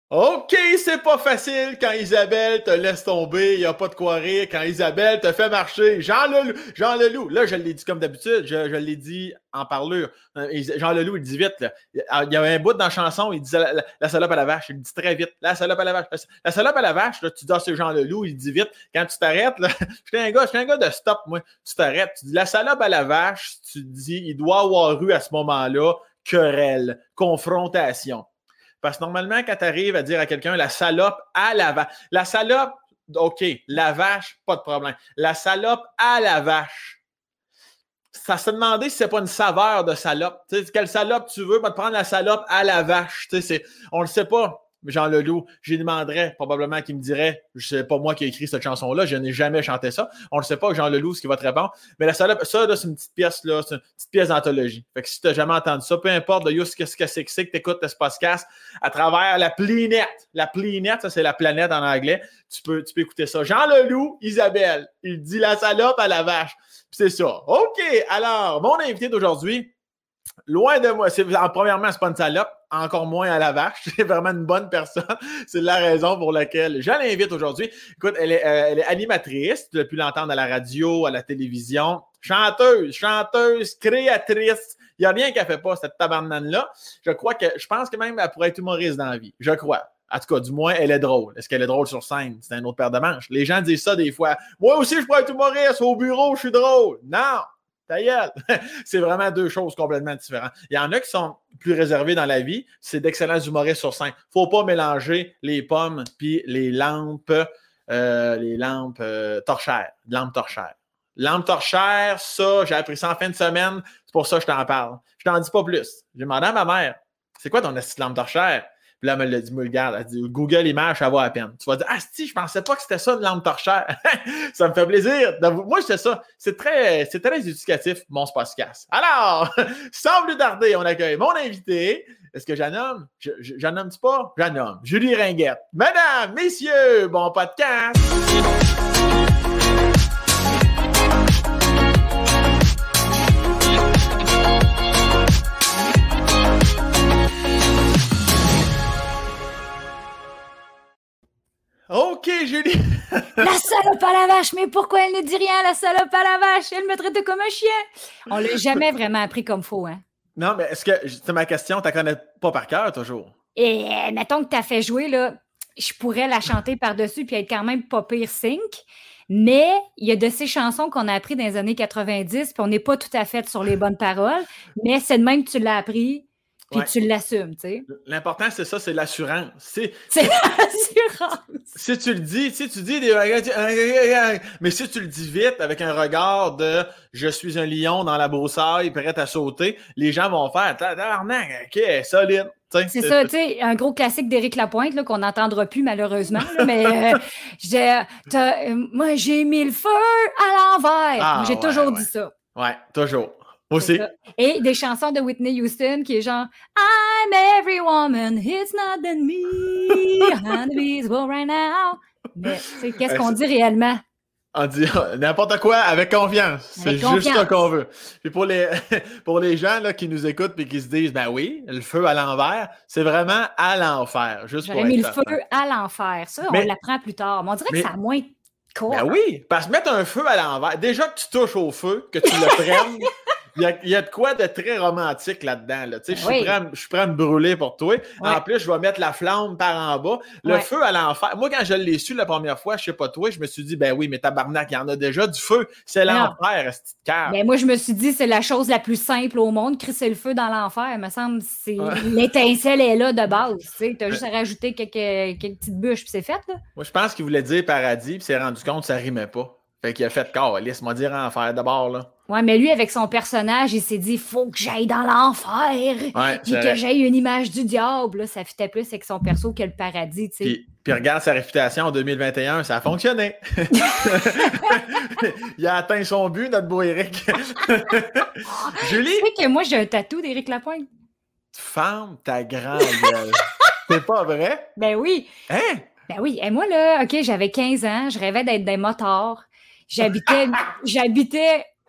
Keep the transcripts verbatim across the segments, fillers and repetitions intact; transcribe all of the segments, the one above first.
OK, c'est pas facile quand Isabelle te laisse tomber, il n'y a pas de quoi rire. Quand Isabelle te fait marcher, Jean Leloup, Jean Leloup, là, je l'ai dit comme d'habitude, je, je l'ai dit en parlure. Jean Leloup, il dit vite, là. Il y avait un bout dans la chanson, il disait la, la, la salope à la vache, il dit très vite, la salope à la vache. La salope à la vache, là, tu dis, ah, c'est Jean Leloup, il dit vite. Quand tu t'arrêtes, là, je suis un gars, je suis un gars de stop, moi. Tu t'arrêtes, tu dis, la salope à la vache, tu dis, il doit avoir eu à ce moment-là querelle, confrontation. Parce que normalement, quand tu arrives à dire à quelqu'un la salope à la vache, la salope, OK, la vache, pas de problème. La salope à la vache, ça se demandait si c'est pas une saveur de salope. Tu sais, quelle salope tu veux, pas te prendre la salope à la vache. Tu sais, c'est, on le sait pas. Jean Leloup, j'y demanderais probablement qu'il me dirait, je sais pas moi qui ai écrit cette chanson-là, je n'ai jamais chanté ça. On ne sait pas, Jean Leloup, ce qu'il va te répondre. Mais la salope, ça, là, c'est une petite pièce, là, c'est une petite pièce d'anthologie. Fait que si tu n'as jamais entendu ça, peu importe, de ce que c'est que c'est que tu écoutes ce podcast à travers la Plinette. La Plinette, ça, c'est la planète en anglais. Tu peux, tu peux écouter ça. Jean Leloup, Isabelle, il dit la salope à la vache. Puis c'est ça. OK, alors, mon invité d'aujourd'hui, loin de moi. C'est, en, premièrement, c'est pas une salope, encore moins à la vache. C'est vraiment une bonne personne. C'est la raison pour laquelle je l'invite aujourd'hui. Écoute, elle est, euh, elle est animatrice. Tu l'as pu l'entendre à la radio, à la télévision. Chanteuse, chanteuse, créatrice. Il n'y a rien qu'elle fait pas, cette tabarnane-là. Je crois que, je pense que même elle pourrait être humoriste dans la vie. Je crois. En tout cas, du moins, elle est drôle. Est-ce qu'elle est drôle sur scène? C'est un autre paire de manches. Les gens disent ça des fois. Moi aussi, je pourrais être humoriste. Au bureau, je suis drôle. Non! Ta gueule! C'est vraiment deux choses complètement différentes. Il y en a qui sont plus réservés dans la vie, c'est d'excellents humoristes sur scène. Faut pas mélanger les pommes puis les lampes, euh, les lampes euh, torchères, lampes torchères. Lampes torchères, ça, j'ai appris ça en fin de semaine, c'est pour ça que je t'en parle. Je t'en dis pas plus. J'ai demandé à ma mère, c'est quoi ton petite lampe torchère? Puis là, elle me l'a dit, me le garde. Elle dit, Google Images, ça va à peine. Tu vas dire, ah, si, je pensais pas que c'était ça, une lampe torchère. Ça me fait plaisir. Moi, c'est ça. C'est très, c'est très éducatif, mon podcast. Alors, sans plus tarder, on accueille mon invité. Est-ce que j'en nomme? Je, je, j'en nomme-tu pas? J'en nomme. Julie Ringuette. Mesdames, messieurs, bon podcast. OK, Julie! La salope à la vache! Mais pourquoi elle ne dit rien, la salope à la vache? Elle me traitait comme un chien! On l'a jamais vraiment appris comme faux, hein? Non, mais est-ce que, c'est ma question, tu la connais pas par cœur, toujours? Et mettons que tu as fait jouer, là, je pourrais la chanter par-dessus puis être quand même pas pire sync, mais il y a de ces chansons qu'on a appris dans les années quatre-vingt-dix puis on n'est pas tout à fait sur les bonnes paroles, mais c'est de même que tu l'as appris. Puis ouais. Tu l'assumes, tu sais. L'important, c'est ça, c'est l'assurance. C'est, c'est l'assurance. Si tu le dis, si tu dis des... Mais si tu le dis vite, avec un regard de « je suis un lion dans la broussaille, prêt à sauter », les gens vont faire « tabarnak, OK, solide ». C'est, c'est ça, tu sais, un gros classique d'Éric Lapointe là, qu'on n'entendra plus malheureusement. Là, mais euh, j'ai, euh, moi, j'ai mis le feu à l'envers. Ah, j'ai ouais, toujours ouais. dit ça. Ouais, toujours. Aussi. Et des chansons de Whitney Houston qui est genre I'm every woman, it's not than me, and the bees will right now. Mais tu sais, qu'est-ce qu'on dit réellement? On dit n'importe quoi avec confiance. Avec c'est confiance. Juste ça qu'on veut. Puis pour les pour les gens là, qui nous écoutent et qui se disent ben oui, le feu à l'envers, c'est vraiment à l'enfer. Juste J'aurais pour mis être le feu hein. à l'enfer. Ça, mais, on l'apprend plus tard. Mais on dirait mais, que ça a moins court. Ben oui, parce que mettre un feu à l'envers, déjà que tu touches au feu, que tu le prennes. Il y, a, il y a de quoi de très romantique là-dedans. Là. Tu sais, je, oui. suis prêt à, je suis prêt à me brûler pour toi. Oui. En plus, je vais mettre la flamme par en bas. Le oui. feu à l'enfer. Moi, quand je l'ai su la première fois, je sais pas toi, je me suis dit, ben oui, mais tabarnak, il y en a déjà du feu. C'est non. L'enfer, cette carte. Ben moi, je me suis dit, c'est la chose la plus simple au monde, crisser le feu dans l'enfer. Il me semble c'est ouais. l'étincelle est là de base. Tu as juste à rajouter quelques, quelques petites bûches, puis c'est fait. Là. Moi, je pense qu'il voulait dire paradis, puis s'est rendu compte que ça rimait pas. Fait qu'il a fait corps, laisse-moi dire enfer d'abord, là. Ouais, mais lui, avec son personnage, il s'est dit, il faut que j'aille dans l'enfer. Ouais, puis que j'aille une image du diable. Là, ça fitait plus avec son perso que le paradis, tu sais. Puis, puis regarde sa réputation en deux mille vingt et un, ça a fonctionné. Il a atteint son but, notre beau Éric. Julie? Tu sais que moi, j'ai un tatou d'Éric Lapointe. Ferme ta grande gueule. C'est pas vrai? Ben oui. Hein? Ben oui. Et moi, là, OK, j'avais quinze ans, je rêvais d'être des motards. J'habitais, j'habitais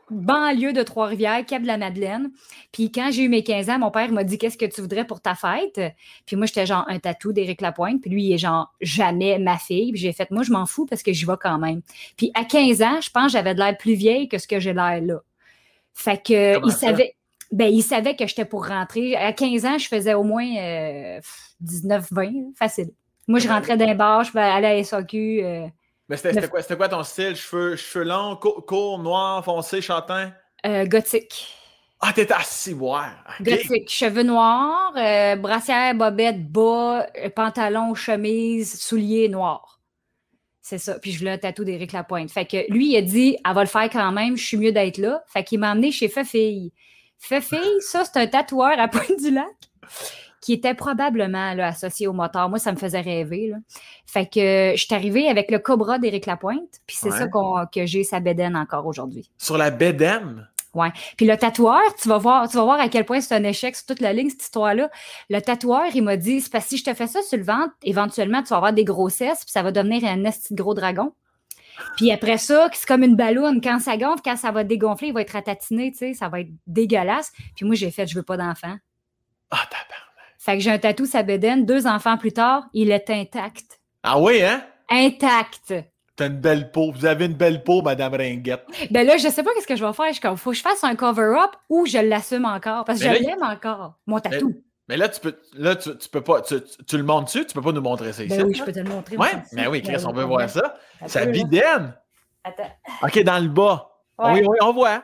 banlieue de Trois-Rivières, Cap-de-la-Madeleine. Puis quand j'ai eu mes quinze ans, mon père m'a dit « Qu'est-ce que tu voudrais pour ta fête? » Puis moi, j'étais genre un tatou d'Éric Lapointe. Puis lui, il est genre « Jamais ma fille. » Puis j'ai fait « Moi, je m'en fous parce que j'y vais quand même. » Puis à quinze ans, je pense que j'avais de l'air plus vieille que ce que j'ai l'air là. Fait que Comment il ça? savait... Ben, il savait que j'étais pour rentrer. À quinze ans, je faisais au moins euh, dix-neuf vingt, facile. Moi, je rentrais d'un bar, je allais à la S A Q. Euh, Mais c'était, c'était, quoi, c'était quoi ton style? Cheveux, cheveux longs, courts, court, noirs, foncés, châtains? euh, gothique. Ah, t'étais assis, ouais. Okay. Gothique. Cheveux noirs, euh, brassière, bobette, bas, euh, pantalon, chemise, souliers noirs. C'est ça. Puis je voulais un tatou d'Éric Lapointe. Fait que lui, il a dit, elle va le faire quand même, je suis mieux d'être là. Fait qu'il m'a emmené chez Fefille. Fefille, ça, c'est un tatoueur à Pointe-du-Lac qui était probablement là, associé au moteur. Moi, ça me faisait rêver. Là. Fait que euh, je suis arrivée avec le Cobra d'Éric Lapointe, puis c'est ouais. ça qu'on, que j'ai sa bédaine encore aujourd'hui. Sur la bédaine? Oui. Puis le tatoueur, tu vas voir, tu vas voir à quel point c'est un échec sur toute la ligne, cette histoire-là. Le tatoueur, il m'a dit, c'est parce que si je te fais ça sur le ventre, éventuellement, tu vas avoir des grossesses, puis ça va devenir un esti de gros dragon. Puis après ça, c'est comme une balloune. Quand ça gonfle, quand ça va dégonfler, il va être ratatiné, tu sais, ça va être dégueulasse. Puis moi, j'ai fait, je veux pas d'enfant. Ah, oh, tabarnak. Fait que j'ai un tatou sa bédaine. Deux enfants plus tard, il est intact. Ah oui, hein? Intact. T'as une belle peau. Vous avez une belle peau, Madame Ringuette. Ben là, je sais pas qu'est-ce que je vais faire. Il faut que je fasse un cover-up ou je l'assume encore. Parce que mais je là, l'aime encore, mon tatou. Mais, mais là, tu peux, là, tu, tu peux pas. Tu, tu, tu le montres dessus? Tu peux pas nous montrer ça ici? Ben oui, je peux te le montrer. Ouais, mais oui, Chris, on veut voir ça. Sa bédaine. Attends. OK, dans le bas. Ouais. Oui, oui, on voit.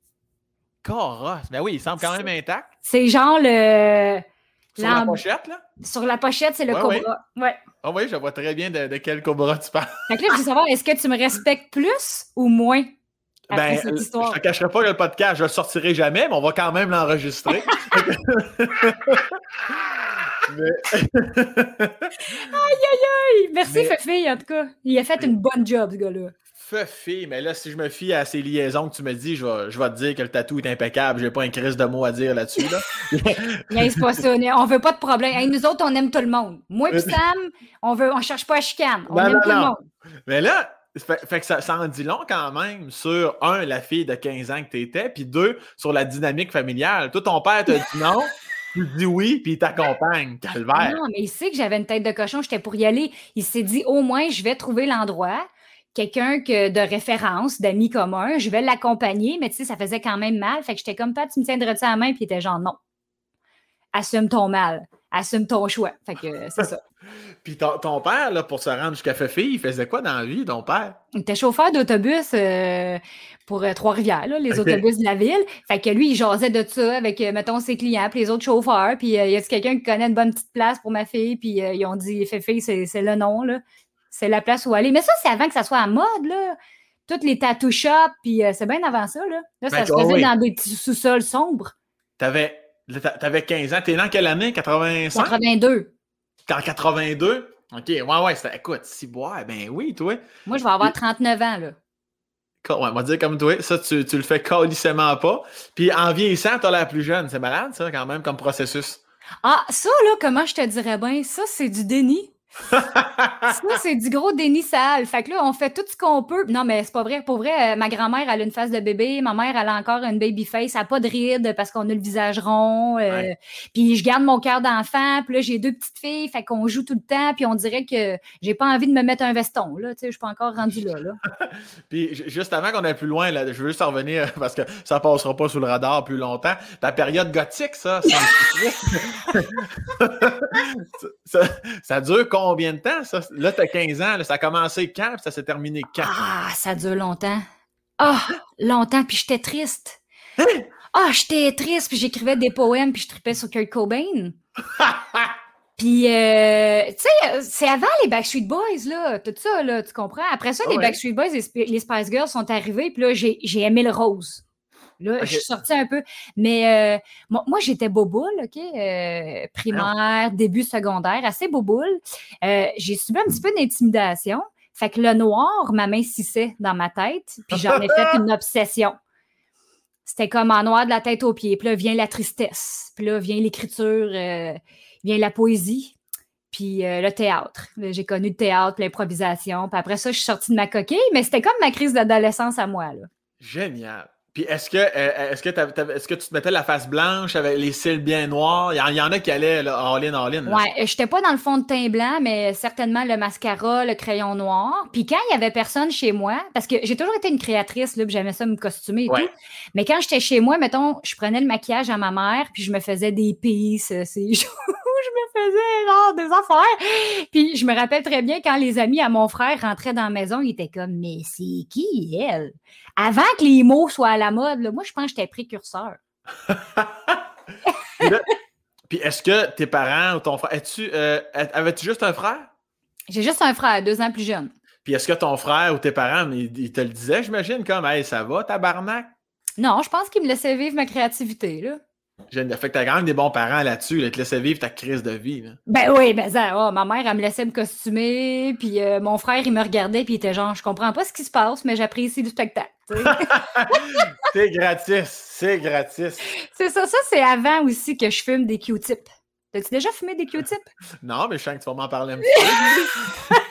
Corosse. Mais oui, il semble quand même intact. C'est genre le... Sur la pochette, là? Sur la pochette, c'est le ouais, Cobra. Oui. Ouais. Ah oui, je vois très bien de, de quel Cobra tu parles. Fait que là, je veux savoir, est-ce que tu me respectes plus ou moins après ben, cette histoire? Je te cacherai pas que le podcast, je le sortirai jamais, mais on va quand même l'enregistrer. mais... aïe, aïe, aïe! Merci, mais... Fefi, en tout cas. Il a fait une bonne job, ce gars-là. Fefi, mais là, si je me fie à ces liaisons que tu me dis, je vais, je vais te dire que le tatou est impeccable. J'ai pas un crise de mots à dire là-dessus. Là. Mais c'est pas ça. On veut pas de problème. Hey, nous autres, on aime tout le monde. Moi et Sam, on veut, on cherche pas à chicane. On non, aime non, tout non. le monde. Mais là, fait, fait que ça, ça en dit long quand même sur, un, la fille de quinze ans que t'étais, puis deux, sur la dynamique familiale. Toi, ton père t'a dit non. Tu dis oui, puis il t'accompagne, calvaire. Non, mais il sait que j'avais une tête de cochon, j'étais pour y aller. Il s'est dit, au moins, je vais trouver l'endroit. Quelqu'un que, de référence, d'amis communs, je vais l'accompagner, mais tu sais, ça faisait quand même mal. Fait que j'étais comme, pas, tu me tiendrais-tu à la main? Puis il était genre, non. Assume ton mal. Assume ton choix. Fait que c'est ça. Puis ton, ton père, là, pour se rendre jusqu'à Fefi, il faisait quoi dans la vie, ton père? Il était chauffeur d'autobus euh, pour euh, Trois-Rivières, là, les okay. autobus de la ville. Fait que lui, il jasait de ça avec, euh, mettons, ses clients, puis les autres chauffeurs. Puis euh, y a-t-il quelqu'un qui connaît une bonne petite place pour ma fille? Puis euh, ils ont dit, Fefi, c'est, c'est le nom, là. C'est la place où aller. Mais ça, c'est avant que ça soit à mode, là. Toutes les tattoo shops, puis euh, c'est bien avant ça, là. Là, ça ben, se faisait oui. dans des petits sous-sols sombres. T'avais, t'avais quinze ans. T'es dans quelle année? quatre-vingt-cinq? quatre-vingt-deux. T'es en quatre-vingt-deux? OK, ouais, ouais. C'était, écoute, si boire, ben oui, toi. Moi, je vais avoir trente-neuf ans, là. Ouais, on va dire comme toi, ça, tu, tu le fais calicement pas. Puis en vieillissant, t'as l'air plus jeune. C'est malade, ça, quand même, comme processus. Ah, ça, là, comment je te dirais bien? Ça, c'est du déni. Ça, c'est du gros déni sale. Fait que là, on fait tout ce qu'on peut. Non, mais c'est pas vrai. Pour vrai, euh, ma grand-mère, elle a une face de bébé. Ma mère, elle a encore une baby face. Elle n'a pas de rides parce qu'on a le visage rond. Euh, ouais. Puis je garde mon cœur d'enfant. Puis là, j'ai deux petites filles. Fait qu'on joue tout le temps. Puis on dirait que j'ai pas envie de me mettre un veston. Là, tu sais, je suis pas encore rendue là. là. Puis juste avant qu'on aille plus loin, là, je veux juste en revenir parce que ça passera pas sous le radar plus longtemps. Ta période gothique, ça, ça, ça, ça dure combien? Combien de temps, ça? Là, t'as quinze ans, là, ça a commencé quand, puis ça s'est terminé quand? Ah, ça dure longtemps. Ah, oh, longtemps, puis j'étais triste. Ah, hein? oh, j'étais triste, puis j'écrivais des poèmes, puis je tripais sur Kurt Cobain. Puis, euh, tu sais, c'est avant les Backstreet Boys, là, tout ça, là, tu comprends? Après ça, oh, les ouais. Backstreet Boys et les Spice Girls sont arrivés, puis là, j'ai, j'ai aimé le rose. Là, okay. Je suis sortie un peu. Mais euh, moi, moi, j'étais boboule, OK? Euh, primaire, ah. début secondaire, assez boboule. Euh, j'ai subi un petit peu d'intimidation. Fait que le noir m'amincissait dans ma tête. Puis j'en ai fait une obsession. C'était comme en noir de la tête aux pieds. Puis là, vient la tristesse. Puis là, vient l'écriture. Euh, vient la poésie. Puis euh, le théâtre. Là, j'ai connu le théâtre, l'improvisation. Puis après ça, je suis sortie de ma coquille. Mais c'était comme ma crise d'adolescence à moi, là. Génial. Puis est-ce que, euh, est-ce, que t'avais, t'avais, est-ce que tu te mettais la face blanche avec les cils bien noirs? Il y, en, il y en a qui allaient là, all-in, all-in. Là. Ouais, j'étais pas dans le fond de teint blanc, mais certainement le mascara, le crayon noir. Puis quand il y avait personne chez moi, parce que j'ai toujours été une créatrice, là, puis j'aimais ça me costumer et ouais. tout. Mais quand j'étais chez moi, mettons, je prenais le maquillage à ma mère, puis je me faisais des pisses, ces jours où je me faisais genre des affaires. Puis je me rappelle très bien quand les amis à mon frère rentraient dans la maison, ils étaient comme, mais c'est qui elle? Avant que les mots soient à la mode, là, moi, je pense que j'étais précurseur. là, puis est-ce que tes parents ou ton frère, es-tu, euh, avais-tu juste un frère? J'ai juste un frère, deux ans plus jeune. Puis est-ce que ton frère ou tes parents, ils, ils te le disaient, j'imagine, comme, hey, ça va, tabarnak? Non, je pense qu'ils me laissaient vivre ma créativité, là. Fait que t'as quand même des bons parents là-dessus, là, qui te laissaient vivre ta crise de vie. Là. Ben oui, ben ça, oh, ma mère, elle me laissait me costumer, puis euh, mon frère, il me regardait, puis il était genre, je comprends pas ce qui se passe, mais j'apprécie le spectacle. C'est gratis, c'est gratis. C'est ça, ça, c'est avant aussi que je fume des Q-tips. T'as-tu déjà fumé des Q-tips? Non, mais je sens que tu vas m'en parler un petit peu.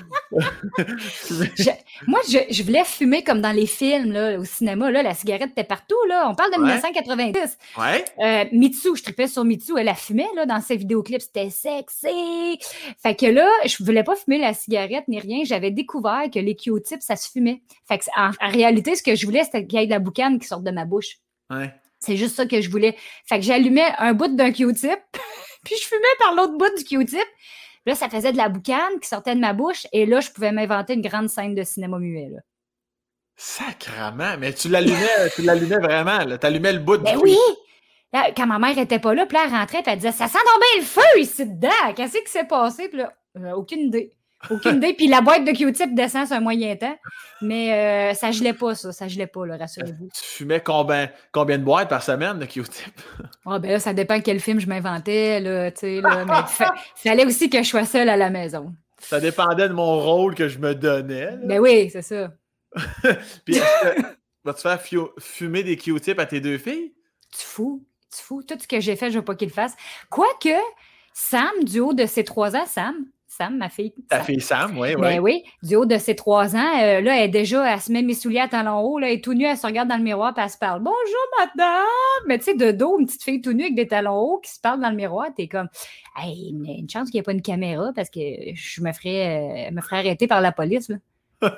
je, moi, je, je voulais fumer comme dans les films, là, au cinéma. Là, la cigarette était partout. Là. On parle de ouais. dix-neuf cent quatre-vingt-dix. Ouais. Euh, Mitsu, je tripais sur Mitsu. Elle la fumait là, dans ses vidéoclips. C'était sexy. Fait que là, je voulais pas fumer la cigarette ni rien. J'avais découvert que les Q-tips, ça se fumait. Fait que, en, en réalité, ce que je voulais, c'était qu'il y ait de la boucane qui sorte de ma bouche. Ouais. C'est juste ça que je voulais. Fait que j'allumais un bout d'un Q-tip, puis je fumais par l'autre bout du Q-tip. Là, ça faisait de la boucane qui sortait de ma bouche. Et là, je pouvais m'inventer une grande scène de cinéma muet. Là. Sacrement! Mais tu l'allumais, tu l'allumais vraiment. Tu allumais le bout ben du oui! Là, quand ma mère était pas là, puis là, elle rentrait, puis elle disait « Ça sent donc bien le feu ici dedans! Qu'est-ce qui s'est passé? » Puis là, euh, aucune idée. Aucune idée. Puis la boîte de Q-tip descend sur un moyen temps. Mais euh, ça gelait pas, ça. Ça gelait pas, là, rassurez-vous. Tu fumais combien, combien de boîtes par semaine de Q-tip? Ah, ben là, ça dépend quel film je m'inventais, là, tu sais, là. Mais fa- fallait aussi que je sois seule à la maison. Ça dépendait de mon rôle que je me donnais. Là. Ben oui, c'est ça. Puis est-ce que vas-tu faire fio- fumer des Q-tips à tes deux filles? Tu fous, tu fous. Tout ce que j'ai fait, je veux pas qu'il le fasse. Quoique, Sam, du haut de ses trois ans, Sam, Sam, ma fille. Ta Sam. fille Sam, oui, oui. Ben oui, du haut de ses trois ans, euh, là, elle est déjà, elle se met mes souliers à talons hauts, là, elle est tout nue, elle se regarde dans le miroir, puis elle se parle. Bonjour, madame! Mais tu sais, de dos, une petite fille tout nue avec des talons hauts qui se parle dans le miroir, t'es comme, hey, une, une chance qu'il n'y ait pas une caméra parce que je me ferais, euh, me ferais arrêter par la police, là.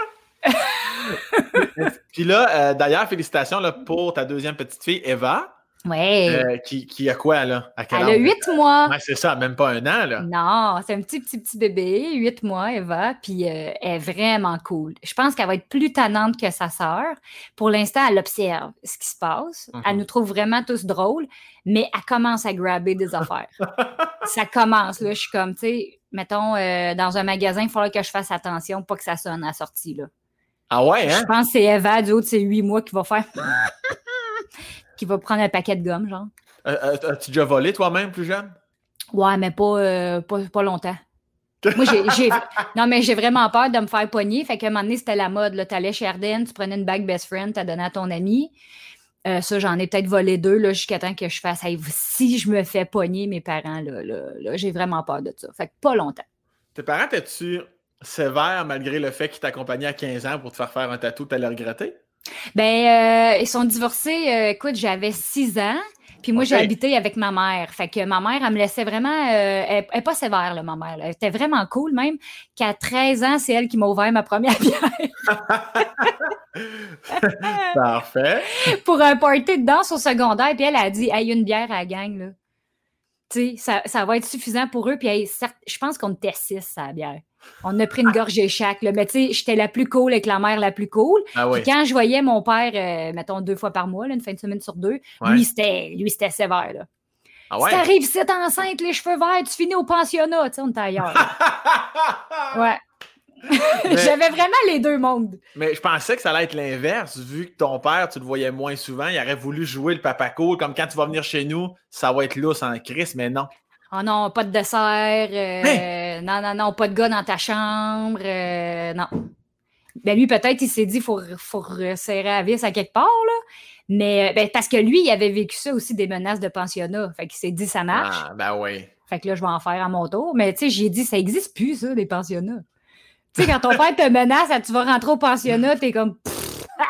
Puis là, euh, d'ailleurs, félicitations là, pour ta deuxième petite fille, Eva. Ouais. Euh, qui, qui a quoi, là? À quel Elle âge? a huit mois. Ouais, c'est ça, même pas un an, là. Non, c'est un petit, petit, petit bébé, huit mois, Eva, puis euh, elle est vraiment cool. Je pense qu'elle va être plus tannante que sa sœur. Pour l'instant, elle observe ce qui se passe. Mm-hmm. Elle nous trouve vraiment tous drôles, mais elle commence à grabber des affaires. Ça commence, là. Je suis comme, tu sais, mettons, euh, dans un magasin, il faudra que je fasse attention, pas que ça sonne à la sortie, là. Ah ouais, hein? Je pense que c'est Eva, du haut de ses huit mois, qui va faire... qui va prendre un paquet de gomme, genre. Euh, as-tu déjà volé toi-même plus jeune? Ouais, mais pas, euh, pas, pas longtemps. Moi, j'ai, j'ai... Non, mais j'ai vraiment peur de me faire pogner. Fait qu'à un moment donné, c'était la mode. Tu allais chez Ardennes, tu prenais une bague best friend, tu donné à ton ami. Euh, ça, j'en ai peut-être volé deux là, jusqu'à temps que je fasse hey, si je me fais pogner, mes parents, là, là, là, j'ai vraiment peur de ça. Fait que pas longtemps. Tes parents, t'es-tu sévère malgré le fait qu'ils t'accompagnaient à quinze ans pour te faire faire un tatou, t'allais regretter? Ben, euh, ils sont divorcés, euh, écoute, j'avais six ans, puis moi, okay. j'ai habité avec ma mère. Fait que ma mère, elle me laissait vraiment... Euh, elle n'est pas sévère, là, ma mère. Là. Elle était vraiment cool, même, qu'à treize ans, c'est elle qui m'a ouvert ma première bière. Parfait. Pour un party de danse au secondaire, puis elle a dit, hey, une bière à la gang, là. Tu sais, ça, ça va être suffisant pour eux, puis hey, certes, je pense qu'on était six à la bière. On a pris une gorgée chaque, là. Mais tu sais, j'étais la plus cool avec la mère la plus cool. Ah oui. Puis quand je voyais mon père, euh, mettons, deux fois par mois, là, une fin de semaine sur deux, ouais. lui, c'était, lui, c'était sévère, là. Ah ouais? Si t'arrives ici enceinte, les cheveux verts, tu finis au pensionnat, tu sais, on était ailleurs. Ouais. Mais... J'avais vraiment les deux mondes. Mais je pensais que ça allait être l'inverse, vu que ton père, tu le voyais moins souvent, il aurait voulu jouer le papa cool, comme quand tu vas venir chez nous, ça va être lousse en crise, mais non. Oh non, pas de dessert, euh, hey! non, non, non, pas de gars dans ta chambre, euh, non. Ben lui, peut-être, il s'est dit, il faut, faut resserrer la vis à quelque part, là. Mais, ben, parce que lui, il avait vécu ça aussi, des menaces de pensionnat. Fait qu'il s'est dit, ça marche. Ah, ben oui. Fait que là, je vais en faire à mon tour. Mais, tu sais, j'ai dit, ça existe plus, ça, des pensionnats. Tu sais, quand ton père te menace, tu vas rentrer au pensionnat, t'es comme...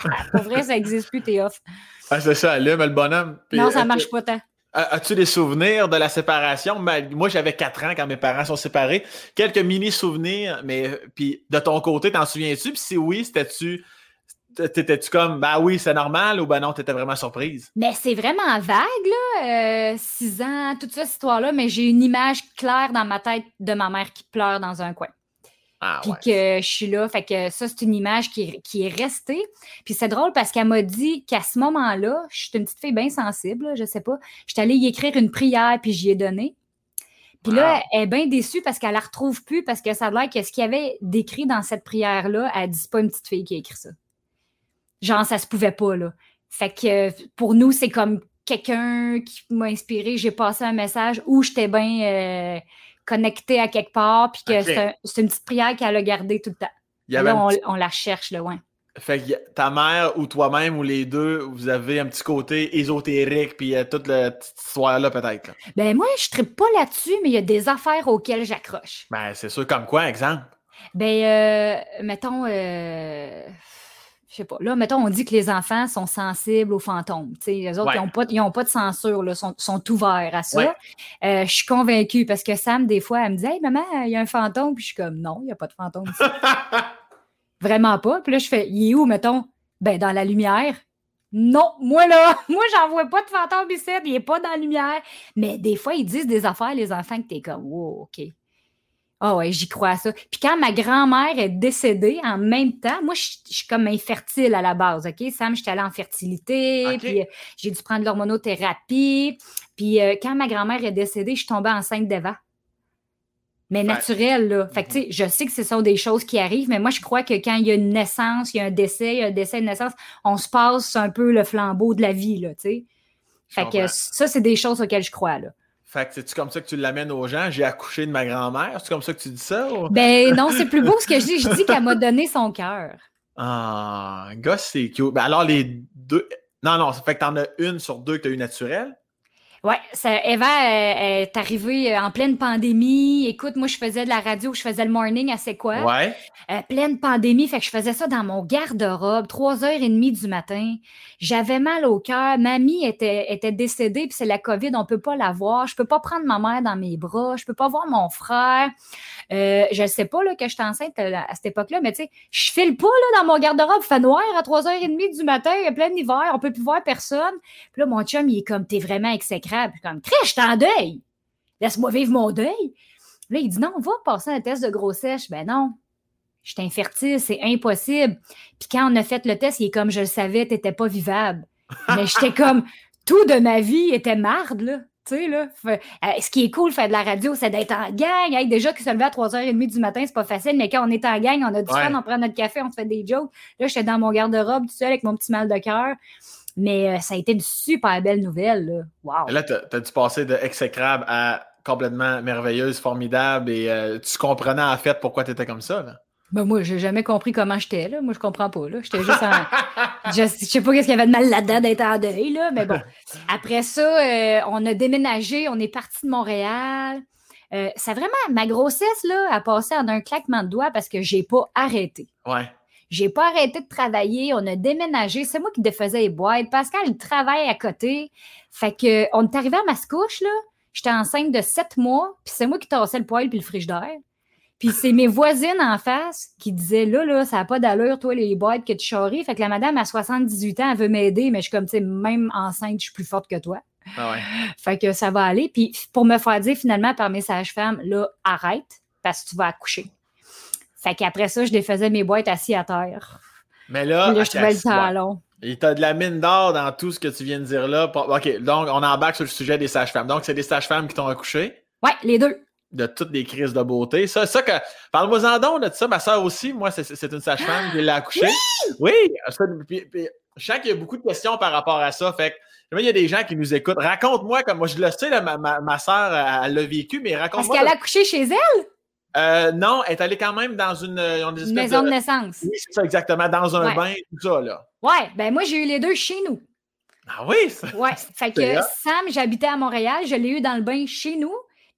Pour vrai, ça n'existe plus, t'es off. Ah, c'est ça, allume le bonhomme. Puis, non, ça ne marche pas tant. As-tu des souvenirs de la séparation? Moi, j'avais quatre ans quand mes parents sont séparés. Quelques mini-souvenirs, mais puis de ton côté, t'en souviens-tu? Puis si oui, c'était-tu... T'étais-tu comme, ben oui, c'est normal, ou ben non, t'étais vraiment surprise? Mais c'est vraiment vague, là. Euh, six ans, toute cette histoire-là, mais j'ai une image claire dans ma tête de ma mère qui pleure dans un coin. Ah, Puis ouais. que je suis là. Fait que ça, c'est une image qui est, qui est restée. Puis c'est drôle parce qu'elle m'a dit qu'à ce moment-là, je suis une petite fille bien sensible, là, je sais pas. J'étais allée y écrire une prière, puis j'y ai donné. Puis wow. Là, elle est bien déçue parce qu'elle la retrouve plus, parce que ça a l'air que ce qu'il y avait décrit dans cette prière-là, elle dit, c'est pas une petite fille qui a écrit ça. Genre, ça se pouvait pas, là. Fait que pour nous, c'est comme quelqu'un qui m'a inspiré. J'ai passé un message où j'étais bien euh, connectée à quelque part, puis que okay. c'est, un, c'est une petite prière qu'elle a gardée tout le temps. Il y avait là, on, petit... on la cherche, là, ouais. Fait que ta mère ou toi-même ou les deux, vous avez un petit côté ésotérique, puis euh, toute la petite histoire-là, peut-être. Là. Ben moi, je ne trippe pas là-dessus, mais il y a des affaires auxquelles j'accroche. Ben, c'est sûr, comme quoi, exemple? Ben, euh, mettons... Euh... Je sais pas. Là, mettons, on dit que les enfants sont sensibles aux fantômes. T'sais, les autres, ouais. ils n'ont pas, ils ont pas de censure, là, sont, sont ouverts à ça. Ouais. Euh, je suis convaincue parce que Sam, des fois, elle me dit « Hey, maman, il y a un fantôme. » Puis je suis comme « Non, il n'y a pas de fantôme ici. » Vraiment pas. Puis là, je fais « Il est où, mettons? » Ben, dans la lumière. Non, moi, là, moi, j'en vois pas de fantôme ici. Il n'est pas dans la lumière. Mais des fois, ils disent des affaires, les enfants, que t'es comme « Wow, OK. » Ah oh ouais, j'y crois à ça. Puis quand ma grand-mère est décédée, en même temps, moi, je, je suis comme infertile à la base, OK? Sam, j'étais allée en fertilité, okay. puis euh, j'ai dû prendre l'hormonothérapie. Puis euh, quand ma grand-mère est décédée, je suis tombée enceinte d'Eva. Mais ouais. naturelle, là. Fait que, tu sais, je sais que ce sont des choses qui arrivent, mais moi, je crois que quand il y a une naissance, il y a un décès, il y a un décès, une naissance, on se passe un peu le flambeau de la vie, là, tu sais. Fait que ça, c'est des choses auxquelles je crois, là. Fait que c'est-tu comme ça que tu l'amènes aux gens? J'ai accouché de ma grand-mère. C'est comme ça que tu dis ça? Ou... Ben non, c'est plus beau ce que je dis. Je dis qu'elle m'a donné son cœur. Ah, gosse, c'est cute. Ben alors, les deux... Non, non, ça fait que t'en as une sur deux que t'as eu naturelle? Oui, Eva elle, est arrivée en pleine pandémie. Écoute, moi, je faisais de la radio, je faisais le morning à C'est quoi? Ouais. Euh, pleine pandémie, fait que je faisais ça dans mon garde-robe, trois heures trente du matin. J'avais mal au cœur. Mamie était, était décédée, puis c'est la COVID, on peut pas la voir. Je peux pas prendre ma mère dans mes bras, je peux pas voir mon frère. Euh, je sais pas là, que j'étais enceinte à cette époque-là, mais tu sais, je file pas là, dans mon garde-robe, il fait noir à trois heures trente du matin, il y a plein d'hiver, on peut plus voir personne. Puis là, mon chum, il est comme, t'es vraiment exécrable. Puis comme, crèche, je suis en deuil. Laisse-moi vivre mon deuil. Là, il dit, non, on va passer un test de grossesse. Ben non. Je suis infertile, c'est impossible. Puis quand on a fait le test, il est comme, je le savais, t'étais pas vivable. Mais j'étais comme, tout de ma vie était marde, là. Tu sais, là. Fait, euh, ce qui est cool, faire de la radio, c'est d'être en gang. Hey, déjà que se lever à trois heures trente du matin, c'est pas facile, mais quand on est en gang, on a du ouais. fun, on prend notre café, on se fait des jokes. Là, j'étais dans mon garde-robe tout seul avec mon petit mal de cœur. Mais euh, ça a été une super belle nouvelle, là. Wow. Là, t'as, t'as dû passer de exécrable à complètement merveilleuse, formidable, et euh, tu comprenais en fait pourquoi t'étais comme ça, là. Ben moi, j'ai jamais compris comment j'étais, là. Moi, je comprends pas, là. J'étais juste en... je, je sais pas qu'est-ce qu'il y avait de mal là-dedans d'être en deuil, là. Mais bon. Après ça, euh, on a déménagé, on est parti de Montréal. Euh, ça vraiment, ma grossesse, là, a passé en un claquement de doigts parce que j'ai pas arrêté. Ouais. J'ai pas arrêté de travailler. On a déménagé. C'est moi qui défaisais les boîtes. Pascal, il travaille à côté. Fait que, on est arrivé à Mascouche, là. J'étais enceinte de sept mois. Puis c'est moi qui tassais le poêle puis le frigidaire. Puis c'est mes voisines en face qui disaient, là, là, ça n'a pas d'allure, toi, les boîtes que tu charries. Fait que la madame, à soixante-dix-huit ans, elle veut m'aider, mais je suis comme, tu sais, même enceinte, je suis plus forte que toi. Ah ouais. Fait que ça va aller. Puis pour me faire dire, finalement, par mes sages-femmes, là, arrête, parce que tu vas accoucher. Fait qu'après ça, je défaisais mes boîtes assis à terre. Mais là, là je trouvais le temps long. Et t'as de la mine d'or dans tout ce que tu viens de dire là. OK, donc on embarque sur le sujet des sages-femmes. Donc, c'est des sages-femmes qui t'ont accouché? Ouais, les deux. De toutes les crises de beauté. Ça, ça que. Parle-moi-en donc de ça. Ma soeur aussi, moi, c'est, c'est une sage-femme qui l'a accouchée. Oui! Oui! Ça, puis, puis, je sens qu'il y a beaucoup de questions par rapport à ça. Fait que, il y a des gens qui nous écoutent. Raconte-moi, comme moi, je le sais, là, ma, ma, ma soeur, elle l'a vécu, mais raconte-moi. Est-ce qu'elle a accouché chez elle? Euh, non, elle est allée quand même dans une, une maison de, de naissance. Oui, c'est ça, exactement, dans un ouais. bain, tout ça, là. Ouais, ben moi, j'ai eu les deux chez nous. Ah oui? Ça, ouais, fait que Sam, j'habitais à Montréal, je l'ai eu dans le bain chez nous.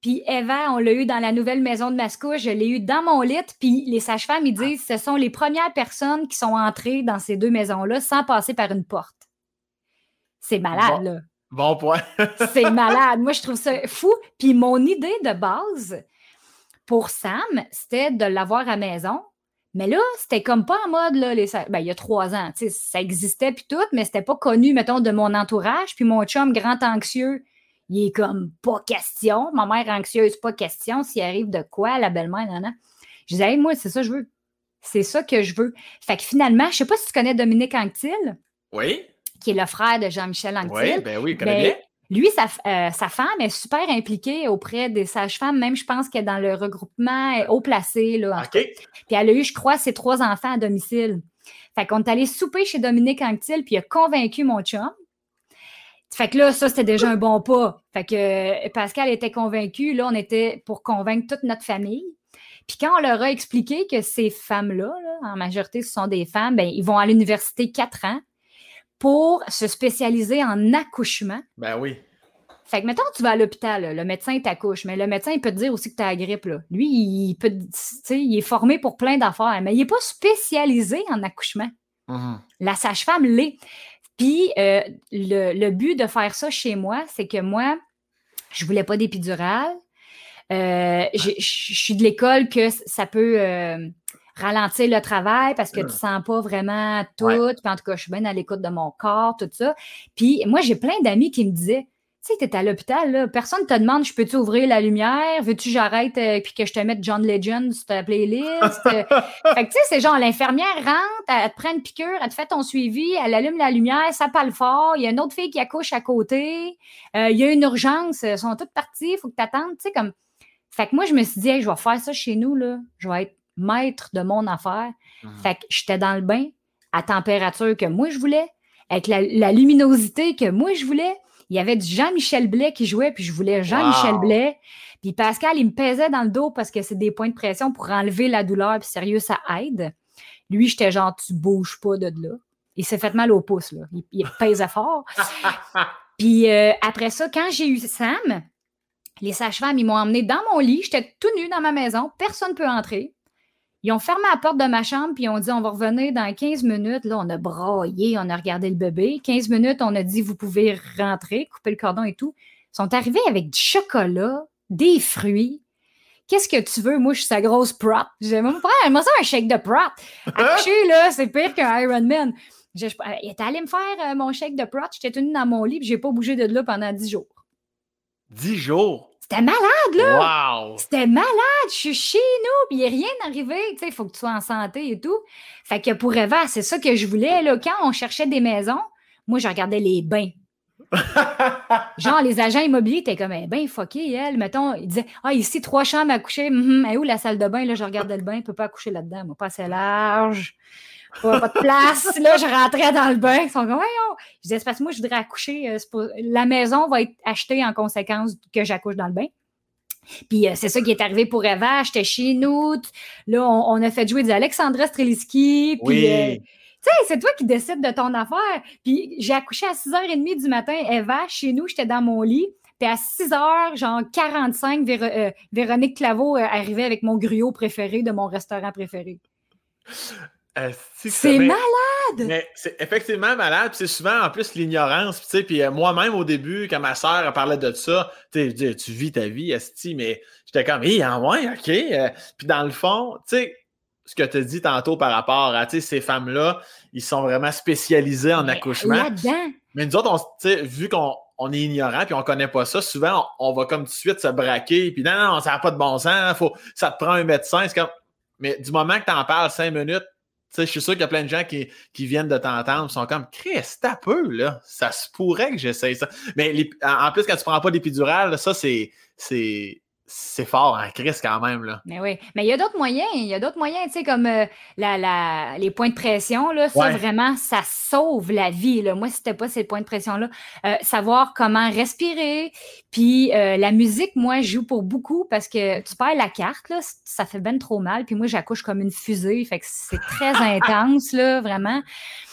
Puis Eva, on l'a eu dans la nouvelle maison de Mascouche, je l'ai eu dans mon lit. Puis les sages-femmes, ils disent ce sont les premières personnes qui sont entrées dans ces deux maisons-là sans passer par une porte. C'est malade, bon, là. Bon point. C'est malade. Moi, je trouve ça fou. Puis mon idée de base pour Sam, c'était de l'avoir à la maison. Mais là, c'était comme pas en mode, là, les... ben, il y a trois ans, tu sais, ça existait puis tout, mais c'était pas connu, mettons, de mon entourage. Puis mon chum, grand anxieux, il est comme, pas question. Ma mère anxieuse, pas question. S'il arrive de quoi, la belle-mère, non, non. Je disais, hey, moi, c'est ça que je veux. C'est ça que je veux. Fait que finalement, je sais pas si tu connais Dominique Anctil. Oui. Qui est le frère de Jean-Michel Anctil. Oui, ben oui, il connaît ben, bien. Lui, sa, euh, sa femme est super impliquée auprès des sages-femmes, même je pense qu'elle est dans le regroupement haut placé. Là, OK. Puis elle a eu, je crois, ses trois enfants à domicile. Fait qu'on est allé souper chez Dominique Anctil, puis il a convaincu mon chum. Fait que là, ça, c'était déjà un bon pas. Fait que Pascal était convaincu. Là, on était pour convaincre toute notre famille. Puis quand on leur a expliqué que ces femmes-là, là, en majorité, ce sont des femmes, ben, ils vont à l'université quatre ans pour se spécialiser en accouchement. Ben oui. Fait que, mettons, tu vas à l'hôpital, là, le médecin t'accouche, mais le médecin, il peut te dire aussi que tu as la grippe. Là. Lui, il, peut, il est formé pour plein d'affaires, mais il n'est pas spécialisé en accouchement. Mm-hmm. La sage-femme l'est. Puis, euh, le, le but de faire ça chez moi, c'est que moi, je voulais pas d'épidurale. Euh, je suis de l'école que ça peut... Euh, ralentir le travail parce que tu sens pas vraiment tout. Ouais. Puis en tout cas, je suis bien à l'écoute de mon corps, tout ça. Puis moi, j'ai plein d'amis qui me disaient, tu sais, t'es à l'hôpital, là, personne te demande, je peux-tu ouvrir la lumière? Veux-tu que j'arrête euh, puis que je te mette John Legend sur ta playlist? Fait que tu sais, c'est genre, l'infirmière rentre, elle, elle te prend une piqûre, elle te fait ton suivi, elle allume la lumière, ça parle fort, il y a une autre fille qui accouche à côté, euh, il y a une urgence, elles sont toutes parties, il faut que t'attendes, tu sais, comme... Fait que moi, je me suis dit, hey, je vais faire ça chez nous, là, je vais être maître de mon affaire. Mmh. Fait que j'étais dans le bain à température que moi je voulais, avec la, la luminosité que moi je voulais. Il y avait du Jean-Michel Blais qui jouait, puis je voulais Jean-Michel wow. Blais. Puis Pascal, il me pesait dans le dos parce que c'est des points de pression pour enlever la douleur, puis sérieux, ça aide. Lui, j'étais genre, tu bouges pas de là. Il s'est fait mal au pouce, là. Il, il pesait fort. Puis euh, après ça, quand j'ai eu Sam, les sages-femmes, ils m'ont emmené dans mon lit. J'étais tout nue dans ma maison. Personne ne peut entrer. Ils ont fermé la porte de ma chambre, puis ils ont dit, on va revenir dans quinze minutes. Là, on a braillé, on a regardé le bébé. quinze minutes, on a dit, vous pouvez rentrer, couper le cordon et tout. Ils sont arrivés avec du chocolat, des fruits. Qu'est-ce que tu veux? Moi, je suis sa grosse prop. J'ai même pas, moi, ça, un shake de prop. Accoucher, là, c'est pire qu'un Ironman. Je, je, il était allé me faire euh, mon shake de prop. J'étais tenue dans mon lit, puis j'ai pas bougé de là pendant dix jours. Dix jours? C'était malade, là! Wow! C'était malade! Je suis chez nous, puis il n'y a rien arrivé. Tu sais, il faut que tu sois en santé et tout. Fait que pour Eva, c'est ça que je voulais, là. Quand on cherchait des maisons, moi, je regardais les bains. Genre, les agents immobiliers étaient comme, eh ben, fucké, elle. Mettons, ils disaient, ah, ici, trois chambres à coucher. Mm-hmm. Et où la salle de bain? Là, je regardais le bain, je ne peux pas accoucher là-dedans. Moi, pas assez large. Pas, pas de place. Là, je rentrais dans le bain. Ils sont comme, voyons. Je disais, c'est parce que moi, je voudrais accoucher. Euh, pour... La maison va être achetée en conséquence que j'accouche dans le bain. Puis euh, c'est ça qui est arrivé pour Eva. J'étais chez nous. Là, on, on a fait jouer du Alexandra Streliski. Puis, oui. euh, tu sais, c'est toi qui décides de ton affaire. Puis j'ai accouché à six heures trente du matin. Eva, chez nous, j'étais dans mon lit. Puis à six heures, genre quarante-cinq, Véro- euh, Véronique Claveau euh, arrivait avec mon gruau préféré de mon restaurant préféré. Euh, c'est c'est mais, malade! Mais c'est effectivement malade, puis c'est souvent en plus l'ignorance, tu sais, puis euh, moi-même au début, quand ma sœur parlait de ça, tu sais, tu vis ta vie, esti, mais j'étais comme, hé, en moins, ok, euh, puis dans le fond, tu sais, ce que tu as dit tantôt par rapport à, tu sais, ces femmes-là, ils sont vraiment spécialisés en mais accouchement. Là-dedans. Mais nous autres, on, tu sais, vu qu'on on est ignorant puis on connaît pas ça, souvent, on, on va comme tout de suite se braquer, puis non, non, ça n'a pas de bon sens, faut, ça te prend un médecin, c'est comme, mais du moment que tu en parles cinq minutes, tu sais, je suis sûr qu'il y a plein de gens qui, qui viennent de t'entendre, sont comme, Chris, t'as peu, là. Ça se pourrait que j'essaye ça. Mais les, en plus, quand tu prends pas d'épidurale, ça, c'est, c'est, c'est fort en Chris quand même, là. Mais oui. Mais il y a d'autres moyens. Il y a d'autres moyens, tu sais, comme euh, la, la, les points de pression, là. Ça, Ouais. vraiment, ça sauve la vie, là. Moi, c'était pas ces points de pression-là. Euh, savoir comment respirer. Puis euh, la musique, moi, je joue pour beaucoup parce que tu perds la carte, là. Ça fait ben trop mal. Puis moi, j'accouche comme une fusée. Fait que c'est très intense, là, vraiment.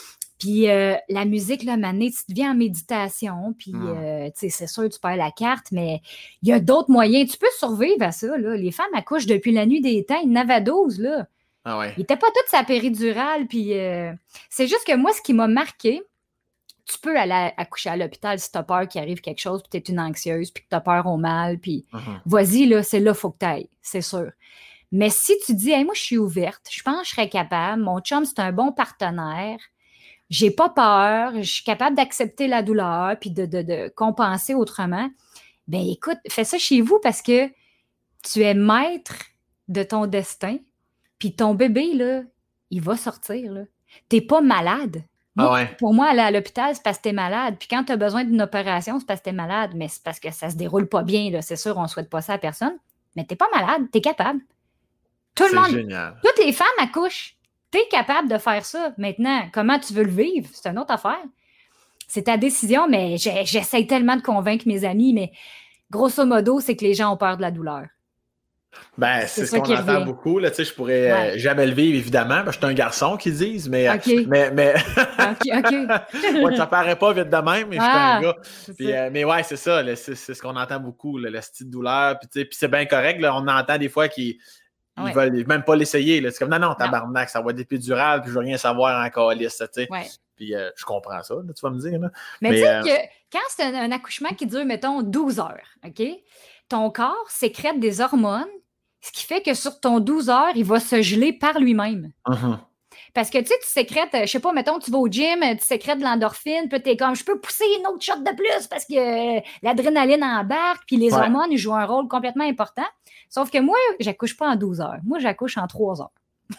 Puis euh, la musique, là, mané, tu deviens en méditation, puis Mm. euh, tu sais, c'est sûr, tu perds la carte, mais il y a d'autres moyens. Tu peux survivre à ça, là. Les femmes accouchent depuis la nuit des temps, il y en avait douze, là. Ah ouais. Il n'était pas toute sa péridurale, puis euh, c'est juste que moi, ce qui m'a marqué, tu peux aller accoucher à l'hôpital si tu as peur qu'il arrive quelque chose, puis tu es une anxieuse, puis que tu as peur au mal, puis Mhm. vas-y, là, c'est là, il faut que tu ailles, c'est sûr. Mais si tu dis, hey, moi, je suis ouverte, je pense que je serais capable, mon chum, c'est un bon partenaire, j'ai pas peur, je suis capable d'accepter la douleur, puis de, de, de compenser autrement, ben écoute, fais ça chez vous parce que tu es maître de ton destin, puis ton bébé, là, il va sortir, là. T'es pas malade. Moi, Ah ouais. Pour moi, aller à l'hôpital, c'est parce que t'es malade. Puis quand t'as besoin d'une opération, c'est parce que t'es malade. Mais c'est parce que ça se déroule pas bien, là. C'est sûr, on souhaite pas ça à personne. Mais t'es pas malade, t'es capable. Tout le C'est monde, génial. toutes les femmes accouchent. T'es capable de faire ça. Maintenant, comment tu veux le vivre, c'est une autre affaire. C'est ta décision, mais j'ai- j'essaie tellement de convaincre mes amis, mais grosso modo, c'est que les gens ont peur de la douleur. Ben, C'est c'est ce ça qu'on qui entend revient. beaucoup. Là, tu sais, je pourrais euh, Ouais. jamais le vivre, évidemment. parce que je suis un garçon qu'ils disent, mais, euh, OK. mais, mais... OK, OK. ouais, ça paraît pas vite de même, mais je suis un Ah, gars. c'est Puis, ça. euh, mais ouais, c'est ça. là, c'est, c'est ce qu'on entend beaucoup, là, la petite douleur. Puis, tu sais, puis c'est bien correct. Là, on entend des fois qu'ils ils Ouais. veulent même pas l'essayer. Là. C'est comme, non, non, Non. tabarnak, ça va être épidural, puis je veux rien savoir encore lisse, tu sais. Ouais. Puis euh, je comprends ça, là, tu vas me dire. Là. Mais, Mais, tu sais euh, que quand c'est un, un accouchement qui dure, mettons, douze heures, OK? Ton corps sécrète des hormones, ce qui fait que sur ton douze heures, il va se geler par lui-même. mhm. Parce que, tu sais, tu sécrètes, euh, je sais pas, mettons, tu vas au gym, euh, tu sécrètes de l'endorphine, puis t'es comme, je peux pousser une autre shot de plus parce que euh, l'adrénaline embarque, puis les Ouais. hormones, ils jouent un rôle complètement important. Sauf que moi, j'accouche pas en douze heures. Moi, j'accouche en trois heures.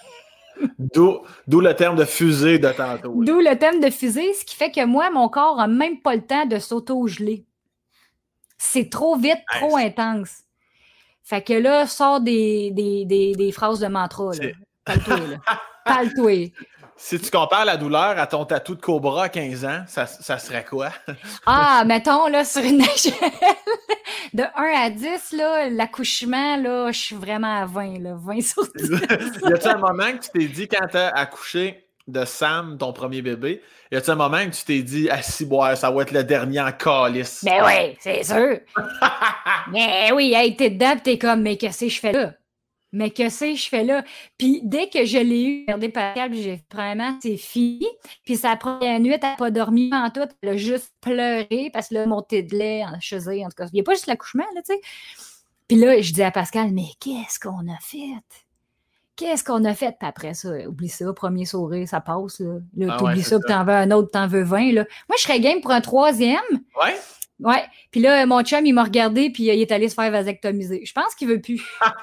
D'où, d'où le terme de fusée de tantôt. là. D'où le thème de fusée, ce qui fait que moi, mon corps a même pas le temps de s'auto-geler. C'est trop vite, trop Hey, intense. Fait que là, sort des, des, des, des phrases de mantra, là. c'est- Parle-toi, là. Parle-toi. Si tu compares la douleur à ton tatou de cobra à quinze ans, ça, ça serait quoi? Ah, mettons, là, sur une échelle de un à dix, là, l'accouchement, là, je suis vraiment à vingt, là. vingt sur dix. Y a-tu un moment que tu t'es dit, quand t'as accouché de Sam, ton premier bébé, y a-tu un moment que tu t'es dit, ah si, boire, ça va être le dernier en calice? Ben oui, c'est sûr. Mais oui, hey, t'es dedans pis t'es comme, mais qu'est-ce que je fais là? Mais qu'est-ce que je fais là? Puis dès que je l'ai eu, regardez Pascal, puis j'ai fait, premièrement, c'est fini. Puis sa première nuit, elle n'a pas dormi en tout, elle a juste pleuré parce que là, monté de lait, en chesée, en tout cas. Il n'y a pas juste l'accouchement, là, tu sais. Puis là, je dis à Pascal, mais qu'est-ce qu'on a fait? Qu'est-ce qu'on a fait? Puis après ça, oublie ça, premier sourire, ça passe, là. Là, Ah t'oublies ouais, ça, c'est puis t'en veux un autre, t'en veux vingt, là. Moi, je serais game pour un troisième. Ouais? Ouais. Puis là, mon chum, il m'a regardé, puis il est allé se faire vasectomiser. Je pense qu'il veut plus.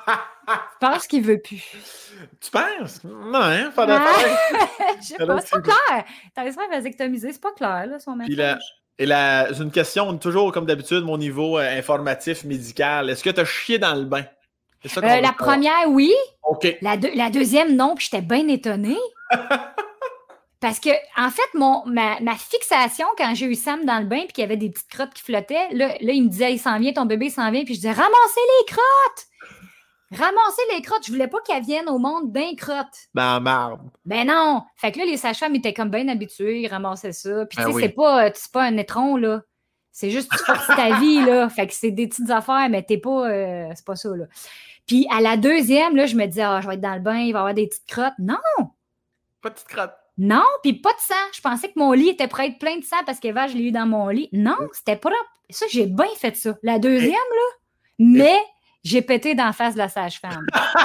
Je pense qu'il veut plus. Tu penses? Non, hein? Pas de Ah! faire. Je sais pas, c'est pas clair. T'es allé se faire vasectomiser, c'est pas clair, là, son Puis message. la, et la, j'ai une question, toujours comme d'habitude, mon niveau euh, informatif, médical. Est-ce que tu as chié dans le bain? C'est ça qu'on Euh, veut la savoir. première, oui. OK. La, deux- la deuxième, non, puis j'étais bien étonnée. Parce que, en fait, mon, ma, ma fixation, quand j'ai eu Sam dans le bain, puis qu'il y avait des petites crottes qui flottaient, là, là il me disait, il s'en vient, ton bébé s'en vient, puis je disais, ramassez les crottes! Ramassez les crottes! Je voulais pas qu'elles viennent au monde d'un crotte. Dans la marde. Ben non! Fait que là, les sages-femmes étaient comme bien habitués, ils ramassaient ça. Puis, tu Ben sais, oui. c'est pas, c'est pas un étron, là. C'est juste, tu forces ta vie, là. Fait que c'est des petites affaires, mais t'es pas, euh, c'est pas ça, là. Puis, à la deuxième, là, je me disais, ah, je vais être dans le bain, il va y avoir des petites crottes. Non! Pas de petite crotte. Non, puis pas de sang. Je pensais que mon lit était prêt à être plein de sang parce qu'Eva, je l'ai eu dans mon lit. Non, c'était propre. Ça, j'ai bien fait ça. La deuxième, là, mais j'ai pété dans la face de la sage-femme.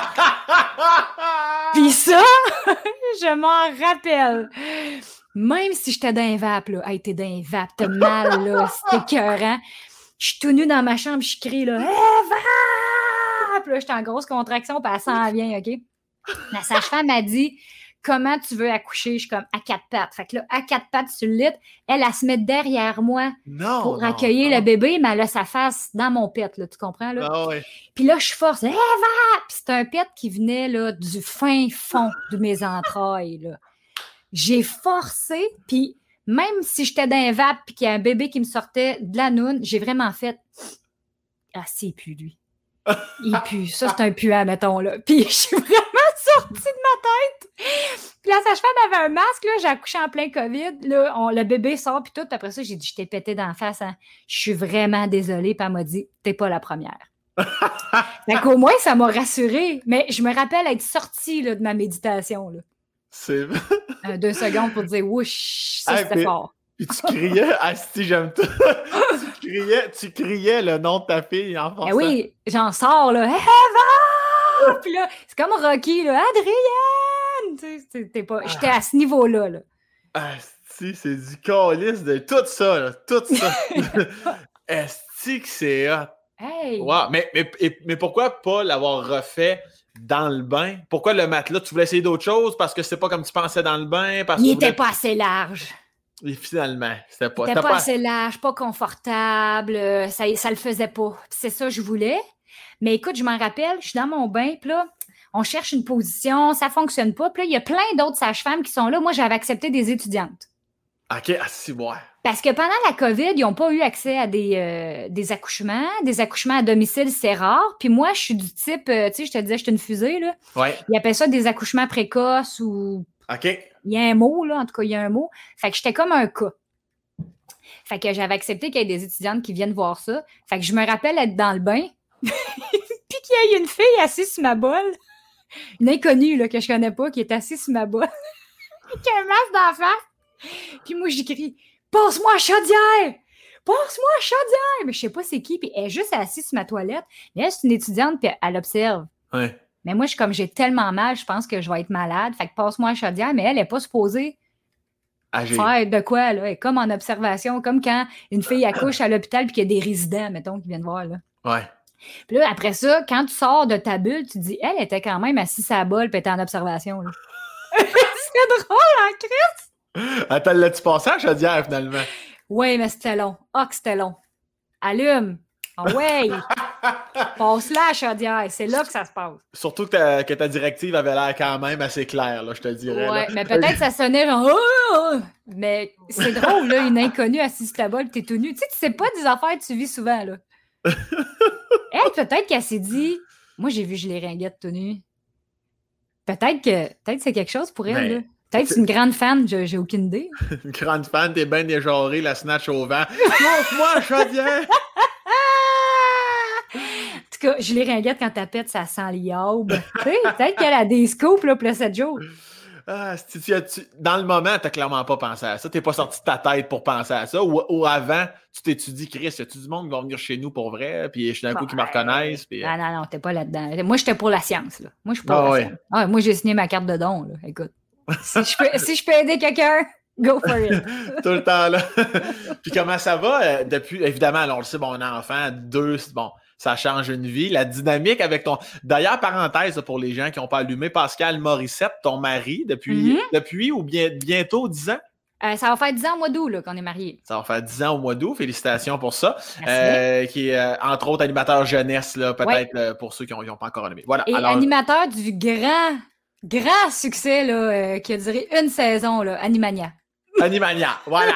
Puis ça, je m'en rappelle. Même si j'étais dans un vape, là, hey, t'es dans un vape, t'as mal, là, c'était écœurant. Je suis tout nue dans ma chambre, je crie, là, Eva! Puis là, j'étais en grosse contraction, puis elle s'en vient, OK? La sage-femme m'a dit, comment tu veux accoucher? Je suis comme à quatre pattes. Fait que là, à quatre pattes sur le lit, elle, elle se met derrière moi Non. pour non, accueillir non. le bébé, mais elle a sa face dans mon pet, là, tu comprends, là? Ah ouais. Puis là, je force, Eva! Puis c'est un pet qui venait, là, du fin fond de mes entrailles, là. J'ai forcé, puis même si j'étais dans un vape puis qu'il y a un bébé qui me sortait de la noune, j'ai vraiment fait, ah, c'est plus lui. Il pue. Ça, c'est un puant, mettons, là. Puis je suis vraiment sorti de ma tête. Puis la sage-femme avait un masque, là, j'ai accouché en plein COVID. Là, on, le bébé sort, puis tout. Puis après ça, j'ai dit, je t'ai pété d'en face. Hein. Je suis vraiment désolée. Puis elle m'a dit, t'es pas la première. Fait qu'au moins, ça m'a rassurée. Mais je me rappelle être sortie là, de ma méditation. Là. C'est... Euh, deux secondes pour dire, wouch, ça, hey, c'était puis, fort. Puis tu criais, Asti, j'aime tout. tu, criais, tu criais le nom de ta fille en français. Ben oui, j'en sors, là. Eva! Puis là, c'est comme Rocky, là. Adrienne! Tu sais, t'es pas... J'étais à ce niveau-là, là. Asti, c'est du calice de tout ça, là. Tout ça. Asti que c'est hot. Hey! Wow. Mais, mais, mais pourquoi pas l'avoir refait dans le bain? Pourquoi le matelas? Tu voulais essayer d'autres choses parce que c'est pas comme tu pensais dans le bain? Parce Il que était voulais... pas assez large. Et finalement, c'était pas... Il était pas, pas assez large, pas confortable, ça, ça le faisait pas. C'est ça que je voulais. Mais écoute, je m'en rappelle, je suis dans mon bain, puis là, on cherche une position, ça fonctionne pas. Puis là, il y a plein d'autres sages-femmes qui sont là. Moi, j'avais accepté des étudiantes. OK, ah si, ouais. Parce que pendant la COVID, ils n'ont pas eu accès à des, euh, des accouchements. Des accouchements à domicile, c'est rare. Puis moi, je suis du type, euh, tu sais, je te disais, je suis une fusée, là. Ouais. Ils appellent ça des accouchements précoces ou... OK. Il y a un mot, là, en tout cas, il y a un mot. Fait que j'étais comme un cas. Fait que j'avais accepté qu'il y ait des étudiantes qui viennent voir ça. Fait que je me rappelle être dans le bain, puis qu'il y ait une fille assise sur ma bolle, une inconnue, là, que je connais pas, qui est assise sur ma bolle, qui a un masque d'en face. Puis moi, j'écris « Passe-moi à chaudière! Passe-moi à chaudière! » Mais je sais pas c'est qui, puis elle est juste assise sur ma toilette. Mais elle, c'est une étudiante, puis elle observe. Ouais. Mais moi, je suis comme j'ai tellement mal, je pense que je vais être malade. Fait que passe-moi à chaudière, mais elle n'est pas supposée Agir. Faire de quoi, là. Elle est comme en observation, comme quand une fille accouche à l'hôpital puis qu'il y a des résidents, mettons, qui viennent voir, là. Ouais. Puis là, après ça, quand tu sors de ta bulle, tu te dis, elle était quand même assise à la bolle puis elle était en observation, là. C'est drôle, hein, Chris? Attends, l'as-tu passé à chaudière, finalement? Oui, mais c'était long. Ah, que c'était long. Allume. Ah oh, ouais! Passe-la à chaudière, c'est là que ça se passe. Surtout que ta, que ta directive avait l'air quand même assez claire, là, je te dirais. Ouais, là. mais peut-être que ça sonnait genre... Oh! Mais c'est drôle, là, une inconnue assise sur ta bolle, t'es tout nu. Tu sais, tu sais pas des affaires que tu vis souvent, là. Elle, peut-être qu'elle s'est dit... Moi, j'ai vu Julie Ringuette tout nu. Peut-être que peut-être que c'est quelque chose pour elle, ben, là. Peut-être que c'est une grande fan, j'ai, j'ai aucune idée. Une grande fan, t'es bien déjarré, la snatch au vent. Lance-moi, chaudière! En tout cas, Julie Ringuette, quand t'as pète, ça sent l'iaube. Tu sais, peut-être qu'elle a des scoops, là, pour le sept jours. Ah, tu, tu, tu, dans le moment, t'as clairement pas pensé à ça. T'es pas sorti de ta tête pour penser à ça. Ou, ou avant, tu t'étudies, Chris, y a-tu du monde qui va venir chez nous pour vrai? Puis je suis d'un bon, coup qui me reconnaissent. Puis... Non, non, non, t'es pas là-dedans. Moi, j'étais pour la science, là. Moi, je suis pour ah, la ouais. science. Ah, moi, j'ai signé ma carte de don, là. Écoute. Si je peux, si je peux aider quelqu'un, go for it. Tout le temps, là. Puis comment ça va? Euh, depuis, évidemment, alors, on le sait, mon enfant, deux, bon, ça change une vie. La dynamique avec ton... D'ailleurs, parenthèse, pour les gens qui n'ont pas allumé, Pascal Morissette, ton mari, depuis, mm-hmm. depuis ou bien, bientôt dix ans? Euh, ça va faire dix ans au mois d'août là, qu'on est mariés. Ça va faire dix ans au mois d'août. Félicitations pour ça. Euh, qui est, euh, entre autres, animateur jeunesse, là, peut-être ouais. euh, pour ceux qui n'ont pas encore allumé. Voilà. Et alors... animateur du grand... Grand succès là, euh, qui a duré une saison, là, Animania. Animania, voilà.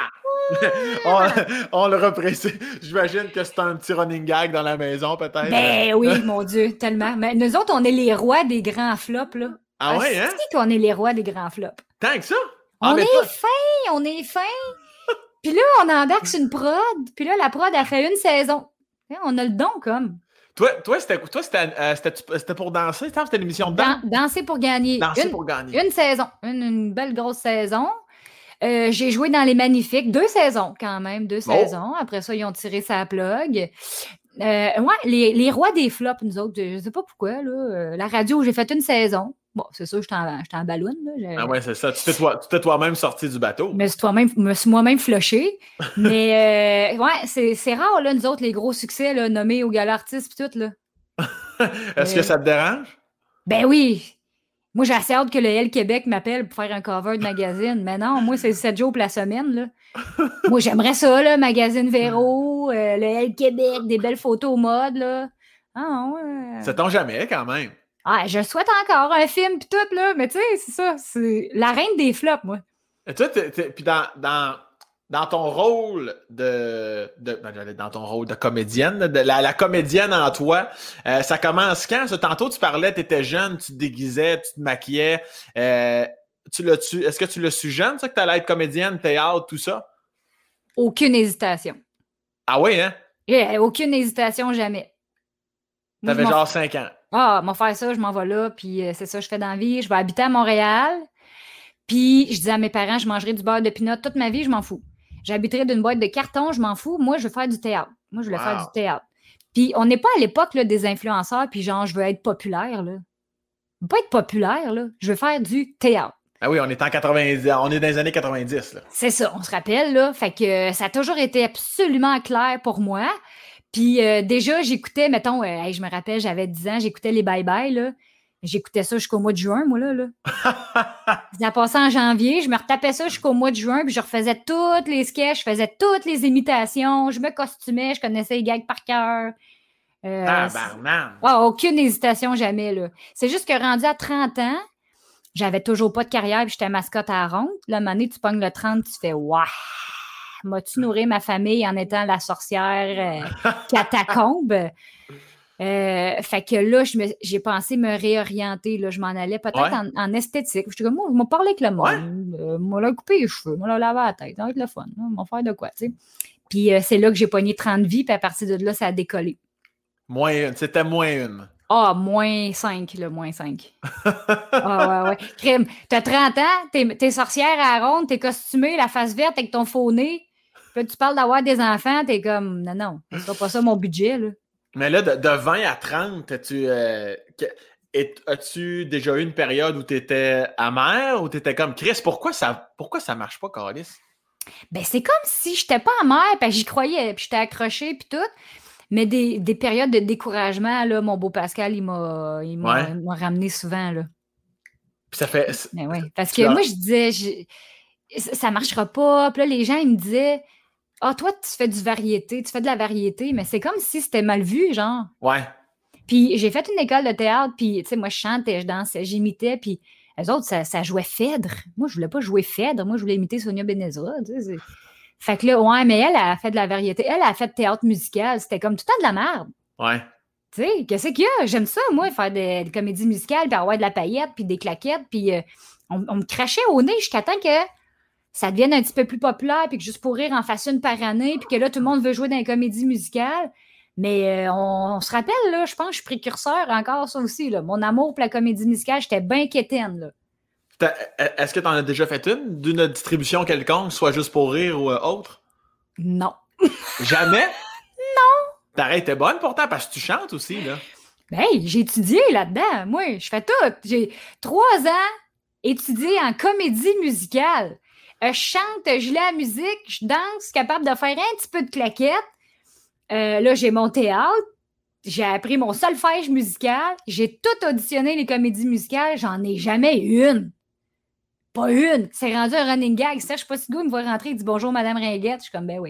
on, on le reprécise. J'imagine que c'est un petit running gag dans la maison, peut-être. Ben oui, mon Dieu, tellement. Mais nous autres, on est les rois des grands flops, là. Ah, ah ouais, hein? C'est qu'on est les rois des grands flops. Tant que ça? On ah, est pas... fin, on est fin. Puis là, on embarque sur une prod. Puis là, la prod a fait une saison. On a le don, comme. Toi, toi, c'était, toi c'était, euh, c'était, c'était pour danser? C'était une émission de danse? Dan- danser pour gagner. Danser une, pour gagner. Une saison. Une, une belle grosse saison. Euh, j'ai joué dans Les Magnifiques. Deux saisons, quand même. Deux oh. saisons. Après ça, ils ont tiré sa plug. Euh, ouais, les, les rois des flops, nous autres. Je sais pas pourquoi, là. Euh, la radio, j'ai fait une saison. Bon, c'est sûr, j'étais en, j'étais en ballon, là. J'ai... Ah ouais, c'est ça. Tu t'es, toi, tu t'es toi-même sorti du bateau. Mais je me suis moi-même flushé. Mais, euh, ouais, c'est, c'est rare, là, nous autres, les gros succès, là, nommés au gala artiste pis tout, là. Est-ce que ça te dérange? Ben oui! Moi, j'ai assez hâte que le L Québec m'appelle pour faire un cover de magazine. Mais non, moi, c'est sept jours pour la semaine, là. Moi, j'aimerais ça, là, magazine Véro, euh, le L Québec, des belles photos mode, là. Ah, ouais. Ça tombe jamais, quand même. Ah, je souhaite encore un film pis tout, là. Mais tu sais, c'est ça. C'est la reine des flops, moi. Et toi, t'es, t'es, puis dans, dans, dans ton rôle de, de ben, j'allais dans ton rôle de comédienne, de la, la comédienne en toi, euh, ça commence quand? Ça, tantôt, tu parlais, tu étais jeune, tu te déguisais, tu te maquillais. Euh, tu l'as-tu, est-ce que tu l'as su jeune, ça, que tu allais être comédienne, théâtre, tout ça? Aucune hésitation. Ah oui, hein? Yeah, aucune hésitation, jamais. Moi, T'avais genre cinq ans. Ah, m'en faire ça, je m'en vais là, puis euh, c'est ça que je fais dans la vie. Je vais habiter à Montréal, puis je disais à mes parents, je mangerai du beurre de pinot toute ma vie, je m'en fous. J'habiterai d'une boîte de carton, je m'en fous. Moi, je veux faire du théâtre. Moi, je voulais wow. faire du théâtre. Puis on n'est pas à l'époque là, des influenceurs, puis genre, je veux être populaire, là. Je veux pas être populaire, là. Je veux faire du théâtre. Ah oui, on est en quatre-vingt-dix, on est dans les années quatre-vingt-dix, là. C'est ça, on se rappelle, là. Fait que ça a toujours été absolument clair pour moi. Puis euh, déjà, j'écoutais, mettons, euh, hey, je me rappelle, j'avais dix ans, j'écoutais les bye-bye, là. J'écoutais ça jusqu'au mois de juin, moi, là. là. Ça passait en janvier, je me retapais ça jusqu'au mois de juin, puis je refaisais toutes les sketchs, je faisais toutes les imitations, je me costumais, je connaissais les gags par cœur. Euh, ah, barman! Oh, aucune hésitation, jamais, là. C'est juste que rendu à trente ans, j'avais toujours pas de carrière, puis j'étais mascotte à la ronde. Là, à un moment donné, tu pognes le trente, tu fais « Waouh! M'as-tu nourri ma famille en étant la sorcière euh, catacombe? » Euh, fait que là, je me, j'ai pensé me réorienter. Là, je m'en allais peut-être ouais. en, en esthétique. Je suis comme, moi, je m'en parlais avec le monde. Ouais. Euh, moi, là, couper les cheveux, moi, là, laver la tête. Ça va être le fun. On va faire de quoi, tu sais. Puis euh, c'est là que j'ai pogné trente vies, puis à partir de là, ça a décollé. Moins une. C'était moins une. Ah, moins cinq, là, moins cinq. Ah, ouais, ouais. Crime, t'as trente ans, t'es, t'es sorcière à la ronde, t'es costumée, la face verte avec ton faux nez. Puis tu parles d'avoir des enfants, t'es comme, non, non, ce sera pas ça mon budget, là. Mais là, de, de vingt à trente, as-tu, euh, as-tu déjà eu une période où tu étais amère ou tu étais comme Chris, pourquoi ça pourquoi ça marche pas, Carlis? Ben, c'est comme si j'étais pas amère, puis j'y croyais, puis j'étais accrochée, puis tout. Mais des, des périodes de découragement, là, mon beau Pascal, il m'a, il m'a, ouais. il m'a ramené souvent, là. Puis ça fait. Mais ouais, parce que moi, je disais, je, ça marchera pas. Puis là, les gens, ils me disaient. Ah, toi, tu fais du variété, tu fais de la variété, mais c'est comme si c'était mal vu, genre. Ouais. Puis j'ai fait une école de théâtre, puis, tu sais, moi, je chantais, je dansais, j'imitais, puis eux autres, ça, ça jouait Phèdre. Moi, je voulais pas jouer Phèdre, moi, je voulais imiter Sonia Benezra, tu sais. Fait que là, ouais, mais elle, elle a fait de la variété. Elle, elle a fait de théâtre musical. C'était comme tout le temps de la merde. Ouais. Tu sais, qu'est-ce qu'il y a? J'aime ça, moi, faire des, des comédies musicales, puis avoir de la paillette, puis des claquettes, puis euh, on, on me crachait au nez jusqu'à temps que ça devienne un petit peu plus populaire, puis que Juste pour rire en fasse une par année, puis que là, tout le monde veut jouer dans les comédies musicales. Mais euh, on, on se rappelle, là, je pense que je suis précurseur encore, ça aussi. Là. Mon amour pour la comédie musicale, j'étais bien quétaine. Là. T'as, est-ce que tu en as déjà fait une, d'une distribution quelconque, soit Juste pour rire ou euh, autre? Non. Jamais? Non. T'arrêtes, t'es bonne pourtant, parce que tu chantes aussi, là. Ben, j'ai étudié là-dedans. Moi, je fais tout. J'ai trois ans étudié en comédie musicale. Euh, je chante, je lis la musique, je danse, capable de faire un petit peu de claquettes. Euh, là, j'ai mon théâtre. J'ai appris mon solfège musical. J'ai tout auditionné les comédies musicales. J'en ai jamais une. Pas une. C'est rendu un running gag. Serge Postigo me voit rentrer, il dit « Bonjour, Madame Ringuette ». Je suis comme « Ben oui ».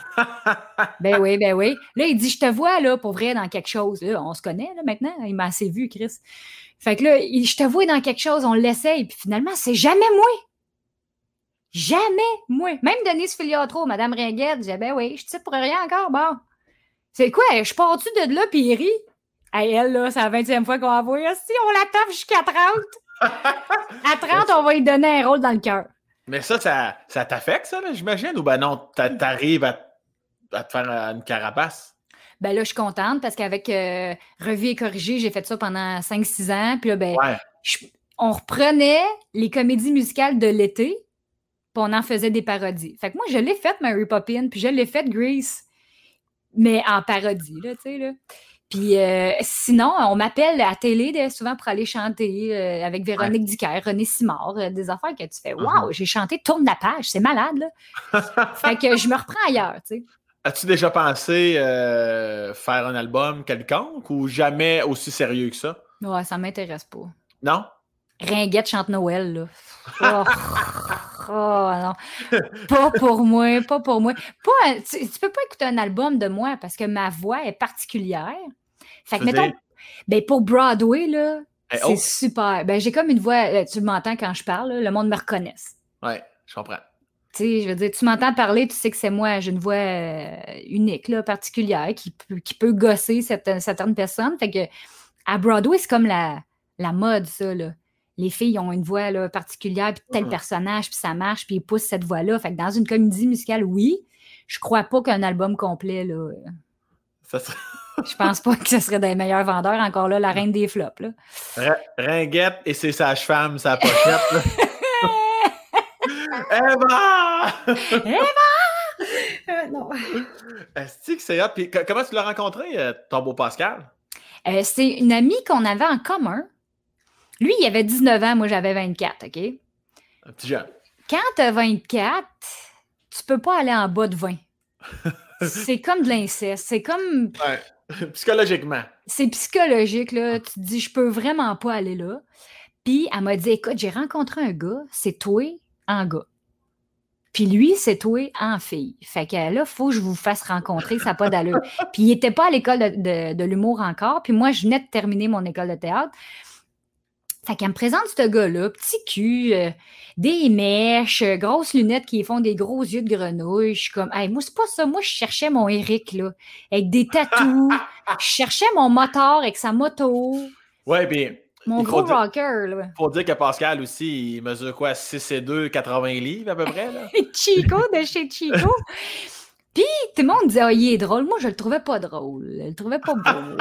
Ben oui, ben oui. Là, il dit « Je te vois, là, pour vrai, dans quelque chose. » Là, on se connaît, là, maintenant. Il m'a assez vu, Chris. Fait que là, il, je te vois dans quelque chose, on l'essaye. Puis finalement, c'est jamais moi. Jamais moi. Même Denise Filiatro, Madame Ringuette, disait « Ben oui, je titre pour rien encore. Bon. C'est quoi? Je pars-tu de là, puis il rit? » À elle, là, c'est la vingtième fois qu'on va voir. Si on la tape jusqu'à trente. À trente, on va lui donner un rôle dans le cœur. Mais ça, ça, ça t'affecte, ça, là, j'imagine? Ou ben non, t'arrives à, à te faire une carapace? Ben là, je suis contente parce qu'avec euh, Revue et Corrigé, j'ai fait ça pendant cinq six ans. Puis là, ben, ouais. je, on reprenait les comédies musicales de l'été, puis on en faisait des parodies. Fait que moi, je l'ai faite, Mary Poppins, puis je l'ai faite, Grease, mais en parodie, là, tu sais, là. Puis euh, sinon, on m'appelle à la télé de, souvent pour aller chanter euh, avec Véronique ouais. Dicker, René Simard, euh, des affaires que tu fais. Waouh, j'ai chanté Tourne la page, c'est malade, là. Fait que je me reprends ailleurs, tu sais. As-tu déjà pensé euh, faire un album quelconque ou jamais aussi sérieux que ça? Ouais, ça m'intéresse pas. Non? Ringuette chante Noël, là. Oh, oh non. Pas pour moi, pas pour moi. Pas, tu, tu peux pas écouter un album de moi parce que ma voix est particulière. Fait que, mettons, ben pour Broadway, là, hey, c'est oh. super. Ben, j'ai comme une voix, tu m'entends quand je parle, là, le monde me reconnaisse. Ouais, je comprends. Tu sais, je veux dire, tu m'entends parler, tu sais que c'est moi, j'ai une voix euh, unique, là, particulière, qui peut, qui peut gosser certaines, certaines personnes. Fait que à Broadway, c'est comme la, la mode, ça, là. Les filles ont une voix là, particulière, puis tel Hum. personnage, puis ça marche, puis ils poussent cette voix-là. Fait que dans une comédie musicale, oui. Je crois pas qu'un album complet, là. Ça serait... Je pense pas que ce serait des meilleurs vendeurs. Encore là, la reine des flops, là. R- Ringuette et ses sages-femmes, sa pochette, là. Eva! Eva! Euh, non. Est-ce que c'est hot? Puis c- comment tu l'as rencontré, euh, ton beau Pascal? Euh, c'est une amie qu'on avait en commun. Lui, il avait dix-neuf ans, moi j'avais vingt-quatre, OK? Un petit jeune. Quand t'as vingt-quatre, tu peux pas aller en bas de vingt. C'est comme de l'inceste. C'est comme... Ouais. Psychologiquement. C'est psychologique, là. Tu te dis, je peux vraiment pas aller là. Puis elle m'a dit, écoute, j'ai rencontré un gars, c'est toi en gars. Puis lui, c'est toi en fille. Fait que là, il faut que je vous fasse rencontrer, ça n'a pas d'allure. Puis il n'était pas à l'école de, de, de l'humour encore. Puis moi, je venais de terminer mon école de théâtre. Fait qu'elle me présente ce gars-là, petit cul, euh, des mèches, euh, grosses lunettes qui font des gros yeux de grenouille. Je suis comme, hey, moi, c'est pas ça. Moi, je cherchais mon Eric, là, avec des tatous. Je cherchais mon moteur avec sa moto. Ouais, puis. Mon il gros faut dire, rocker, là. Faut dire que Pascal aussi, il mesure quoi, six et deux, quatre-vingts livres à peu près, là? Chico de chez Chico. Puis tout le monde disait, ah, oh, il est drôle. Moi, je le trouvais pas drôle. Je le trouvais pas beau.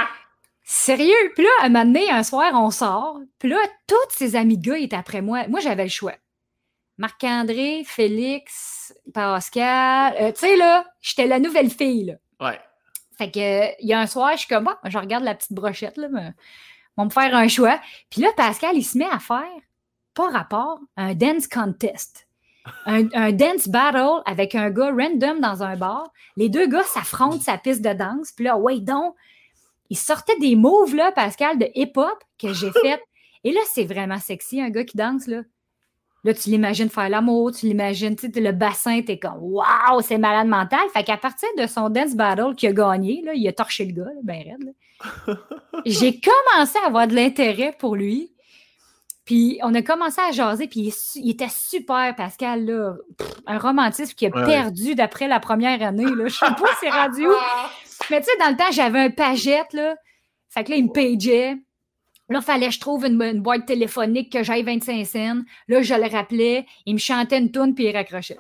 Sérieux. Puis là, à un moment donné, un soir, on sort. Puis là, tous ses amis gars étaient après moi. Moi, j'avais le choix. Marc-André, Félix, Pascal. Euh, tu sais, là, j'étais la nouvelle fille, là. Ouais. Fait que, il y a un soir, je suis comme, bon, je regarde la petite brochette, là, mais on va me faire un choix. Puis là, Pascal, il se met à faire, pas rapport, un dance contest. Un, un dance battle avec un gars random dans un bar. Les deux gars s'affrontent sa piste de danse. Puis là, ouais, donc, il sortait des moves, là, Pascal, de hip-hop que j'ai fait. Et là, c'est vraiment sexy, un gars qui danse, là. Là, tu l'imagines faire l'amour, tu l'imagines, tu sais, le bassin, t'es comme, waouh, c'est malade mental. Fait qu'à partir de son dance battle qu'il a gagné, là, il a torché le gars, là, ben raide, là. J'ai commencé à avoir de l'intérêt pour lui. Puis on a commencé à jaser, puis il, il était super, Pascal, là. Pff, un romantisme qui a ouais. perdu d'après la première année, là. Je sais pas c'est rendu où. Mais tu sais, dans le temps, j'avais un pagette, là. Fait que là, il me pageait. Là, il fallait que je trouve une, une boîte téléphonique que j'aille vingt-cinq cents. Là, je le rappelais. Il me chantait une toune, puis il raccrochait.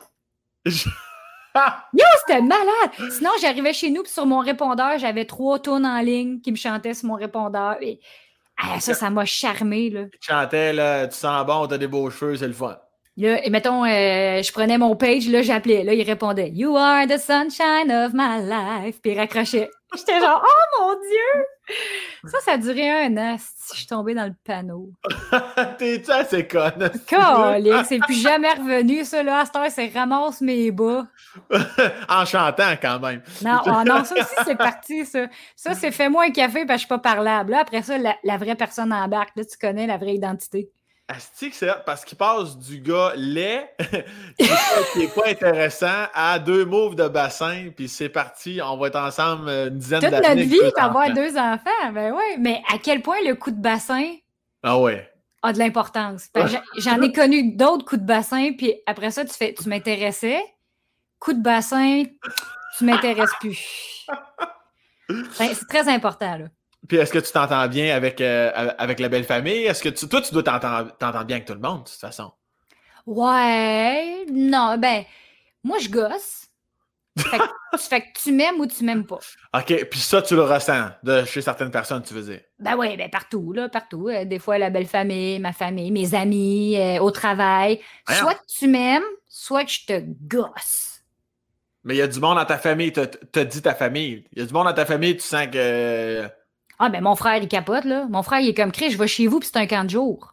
Yo, c'était malade! Sinon, j'arrivais chez nous, puis sur mon répondeur, j'avais trois tounes en ligne qui me chantaient sur mon répondeur. Et, ah, ça, ça m'a charmé, là. Tu chantais, là, tu sens bon, t'as des beaux cheveux, c'est le fun. Là, et mettons, euh, je prenais mon page, là, j'appelais. Là, il répondait « You are the sunshine of my life », puis il raccrochait. J'étais genre « Oh, mon Dieu! » Ça, ça a duré un an si je suis tombée dans le panneau. T'es-tu assez conne? Calique, c'est plus jamais revenu, ça, là. À cette heure, c'est ramasse mes bas. En chantant, quand même. Non, oh, non, ça aussi, c'est parti, ça. Ça, c'est fais-moi un café parce que je suis pas parlable. Là, après ça, la, la vraie personne embarque. Là, tu connais la vraie identité. Asti que c'est parce qu'il passe du gars laid qui est pas intéressant à deux moves de bassin, puis c'est parti, on va être ensemble une dizaine d'années. Toute notre vie, d'avoir deux enfants, ben oui. Mais à quel point le coup de bassin ah ouais. a de l'importance. J'en ai connu d'autres coups de bassin, puis après ça, tu fais, tu m'intéressais. Coup de bassin, tu m'intéresses plus. Ben, c'est très important, là. Puis est-ce que tu t'entends bien avec, euh, avec la belle famille? Est-ce que tu, toi, tu dois t'entendre, t'entendre bien avec tout le monde, de toute façon? Ouais, non, ben, moi, je gosse. Fait que, fait que tu m'aimes ou tu m'aimes pas. OK, puis ça, tu le ressens de chez certaines personnes, tu veux dire? Ben oui, ben partout, là, partout. Euh, des fois, la belle famille, ma famille, mes amis, euh, au travail. Voyons. Soit que tu m'aimes, soit que je te gosse. Mais il y a du monde dans ta famille, t'as, t'as dit ta famille. Il y a du monde dans ta famille, tu sens que... Ah, ben mon frère, il capote, là. Mon frère, il est comme Chris, je vais chez vous, puis c'est un camp de jour.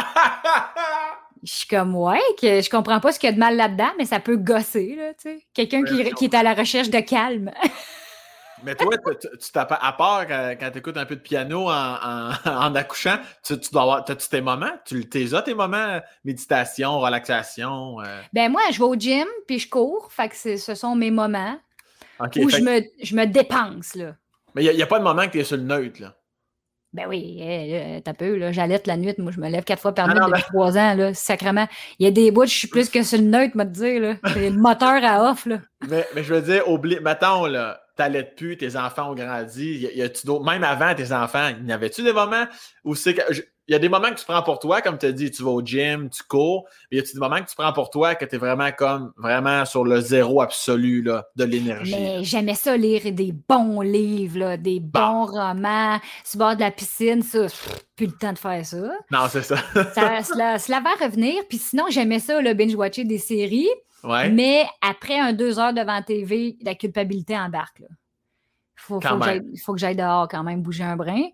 Je suis comme, ouais, que je comprends pas ce qu'il y a de mal là-dedans, mais ça peut gosser, là, tu sais. Quelqu'un qui, qui est à la recherche de calme. Mais toi, tu, tu t'as, à part quand, quand tu écoutes un peu de piano en, en, en accouchant, tu, tu dois avoir, t'as-tu tes moments? Tu t'es as tes moments méditation, relaxation? Euh... Ben moi, je vais au gym, puis je cours, fait que c'est, ce sont mes moments okay, où je, que... me, je me dépense, là. Mais il n'y a, a pas de moment que tu es sur le neutre, là. Ben oui, euh, t'as peu, là, j'allaite la nuit. Moi, je me lève quatre fois par Ah nuit non, depuis trois ans, là, sacrément. Il y a des bouts, je suis plus que sur le neutre, moi, te dire, là. C'est le moteur à off, là. mais, mais je veux dire, oublie, mettons, là, t'allaites plus, tes enfants ont grandi, y, y a-tu d'autres, même avant tes enfants, y avait-tu des moments où c'est que, il y a des moments que tu prends pour toi, comme tu as dit, tu vas au gym, tu cours, mais y a-tu des moments que tu prends pour toi que tu es vraiment comme, vraiment sur le zéro absolu, là, de l'énergie? Mais j'aimais ça lire des bons livres, là, des bons bon. romans, sur le bord de la piscine, ça, pff, plus le temps de faire ça. Non, c'est ça. ça cela, cela va revenir, puis sinon, j'aimais ça, le binge-watcher des séries, ouais. mais après un deux heures devant la T V, la culpabilité embarque, là. Faut, faut, que j'aille, faut que j'aille dehors quand même, bouger un brin.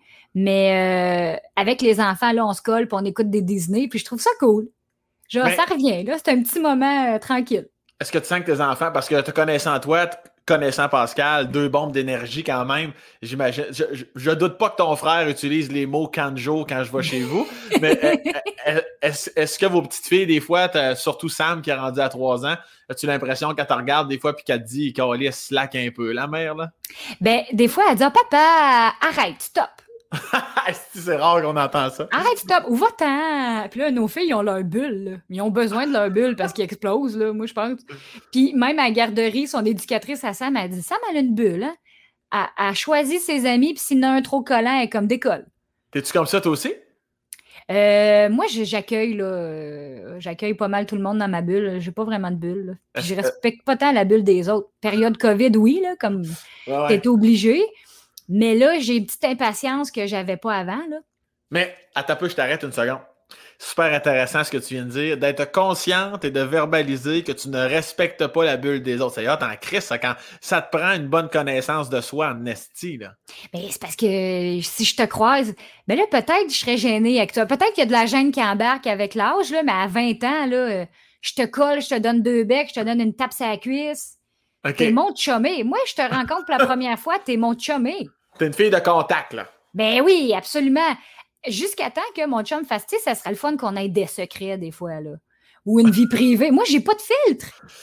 Mais euh, avec les enfants, là, on se colle, puis on écoute des Disney, puis je trouve ça cool. Genre, mais, ça revient, là, c'est un petit moment euh, tranquille. Est-ce que tu sens que tes enfants, parce que te connaissant toi, connaissant Pascal, deux bombes d'énergie quand même, j'imagine, je, je, je doute pas que ton frère utilise les mots kanjo quand je vais chez vous, mais est-ce, est-ce que vos petites filles, des fois, surtout Sam qui est rendu à trois ans, as-tu l'impression qu'elle te regarde des fois puis qu'elle te dit qu'elle elle slack un peu, la mère, là? Ben, des fois, elle dit, oh, papa, arrête, stop. C'est rare qu'on entend ça. Arrête, stop, ou va-t'en. Puis là, nos filles, ils ont leur bulle. Là. Ils ont besoin de leur bulle parce qu'ils explosent, là, moi, je pense. Puis même à la garderie, son éducatrice à Sam, elle dit, Sam, elle a une bulle. Hein? Elle, elle choisit ses amis, puis s'il y en a un trop collant, elle est comme d'école. T'es-tu comme ça, toi aussi? Euh, moi, j'accueille, là, euh, j'accueille pas mal tout le monde dans ma bulle. J'ai pas vraiment de bulle. Là. Puis je respecte pas tant la bulle des autres. Période COVID, oui, là, comme ouais, ouais. T'étais obligé. Mais là, j'ai une petite impatience que j'avais pas avant. Là. Mais, attends un peu, je t'arrête une seconde. Super intéressant ce que tu viens de dire, d'être consciente et de verbaliser que tu ne respectes pas la bulle des autres. C'est hot en crise, ça, quand ça te prend une bonne connaissance de soi en esti, là. Ben, c'est parce que si je te croise, ben là, peut-être je serais gênée avec toi. Peut-être qu'il y a de la gêne qui embarque avec l'âge, là, mais à vingt ans, là, je te colle, je te donne deux becs, je te donne une tape sur la cuisse. Okay. T'es mon chumé. Moi, je te rencontre pour la première fois, t'es mon chumé. T'es une fille de contact, là. Ben oui, absolument. Jusqu'à temps que mon chum fasse, tu sais, ça serait le fun qu'on ait des secrets des fois, là. Ou une vie privée. Moi, j'ai pas de filtre.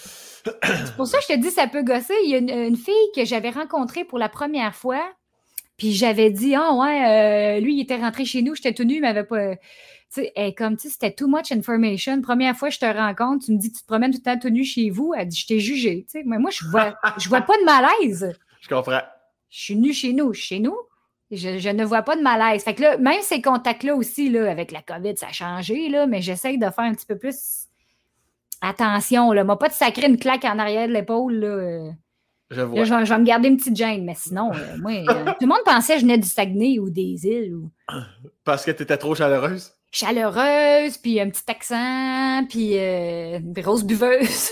C'est pour ça que je te dis, ça peut gosser. Il y a une, une fille que j'avais rencontrée pour la première fois, puis j'avais dit, ah oh, ouais, euh, lui, il était rentré chez nous, j'étais tout nu, il m'avait pas... Tu sais, elle, comme, tu sais, c'était too much information. Première fois que je te rencontre, tu me dis, tu te promènes tout le temps tout nu chez vous. Elle dit, je t'ai jugé. Tu sais, mais moi, je vois, je vois pas de malaise. Je comprends. Je suis nue chez nous. Chez nous, je, je ne vois pas de malaise. Fait que là, même ces contacts-là aussi, là, avec la COVID, ça a changé, là, mais j'essaye de faire un petit peu plus attention. Là. Moi, pas de sacrer une claque en arrière de l'épaule. Là. Je vois. Là, je, vais, je vais me garder une petite gêne, mais sinon, euh, moi, euh, tout le monde pensait que je venais du Saguenay ou des îles. Ou... Parce que tu étais trop chaleureuse? Chaleureuse, puis un petit accent, puis euh, une grosse buveuse.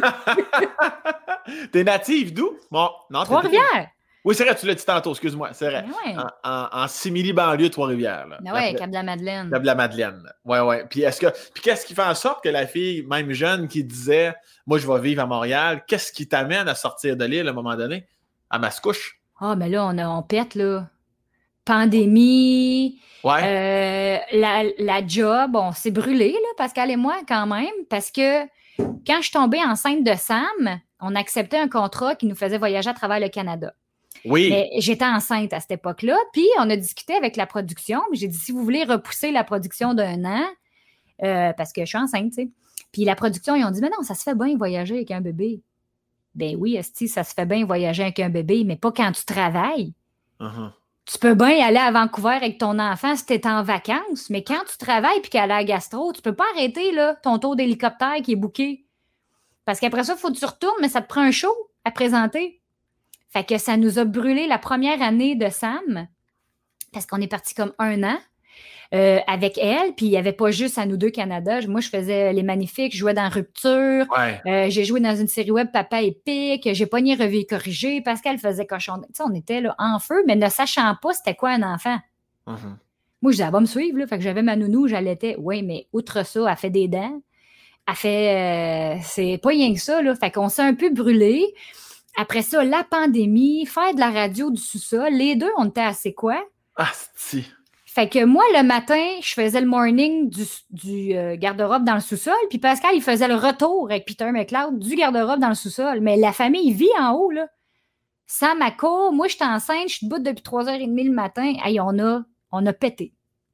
T'es native d'où? Bon, non, Trois-Rivières. Oui, c'est vrai, tu l'as dit tantôt, excuse-moi. C'est vrai. Ouais. En, en, en simili-banlieue de Trois-Rivières. Ben oui, Cap-de-la-Madeleine. Cap-de-la-Madeleine. Oui, oui. Puis est-ce que. Puis qu'est-ce qui fait en sorte que la fille, même jeune, qui disait moi, je vais vivre à Montréal, qu'est-ce qui t'amène à sortir de l'île à un moment donné? À Mascouche? Ah, oh, mais là, on, a, on pète, là. Pandémie. Ouais. Euh, la, la job, on s'est brûlé, là, Pascal et moi, quand même, parce que quand je suis tombée enceinte de Sam, on acceptait un contrat qui nous faisait voyager à travers le Canada. Oui. Mais j'étais enceinte à cette époque-là, puis on a discuté avec la production, puis j'ai dit, si vous voulez repousser la production d'un an, euh, parce que je suis enceinte, tu sais. Puis la production, ils ont dit, mais non, ça se fait bien voyager avec un bébé. Ben oui, esti, ça se fait bien voyager avec un bébé, mais pas quand tu travailles. Uh-huh. Tu peux bien aller à Vancouver avec ton enfant si tu es en vacances, mais quand tu travailles puis qu'elle a la gastro, tu peux pas arrêter là, ton tour d'hélicoptère qui est booké. Parce qu'après ça, il faut que tu retournes, mais ça te prend un show à présenter. Fait que ça nous a brûlé la première année de Sam, parce qu'on est parti comme un an euh, avec elle, puis il n'y avait pas juste à nous deux Canada. Moi, je faisais Les Magnifiques, je jouais dans Rupture, ouais. euh, j'ai joué dans une série web Papa Épique, j'ai pogné Revue et Corrigée, Pascal faisait Cochon. Tu sais, on était là en feu, mais ne sachant pas c'était quoi un enfant. Mm-hmm. Moi, je disais, elle va me suivre, là. Fait que j'avais ma nounou, j'allaitais. Oui, mais outre ça, elle fait des dents. Elle fait... Euh, c'est pas rien que ça, là. Fait qu'on s'est un peu brûlé. Après ça, la pandémie, faire de la radio du sous-sol. Les deux, on était assez quoi? Ah, si. Fait que moi, le matin, je faisais le morning du, du euh, garde-robe dans le sous-sol, puis Pascal, il faisait le retour avec Peter McLeod du garde-robe dans le sous-sol. Mais la famille vit en haut, là. Sam à court, moi, je suis enceinte, je suis debout depuis trois heures trente le matin. Hey, on a, On a pété.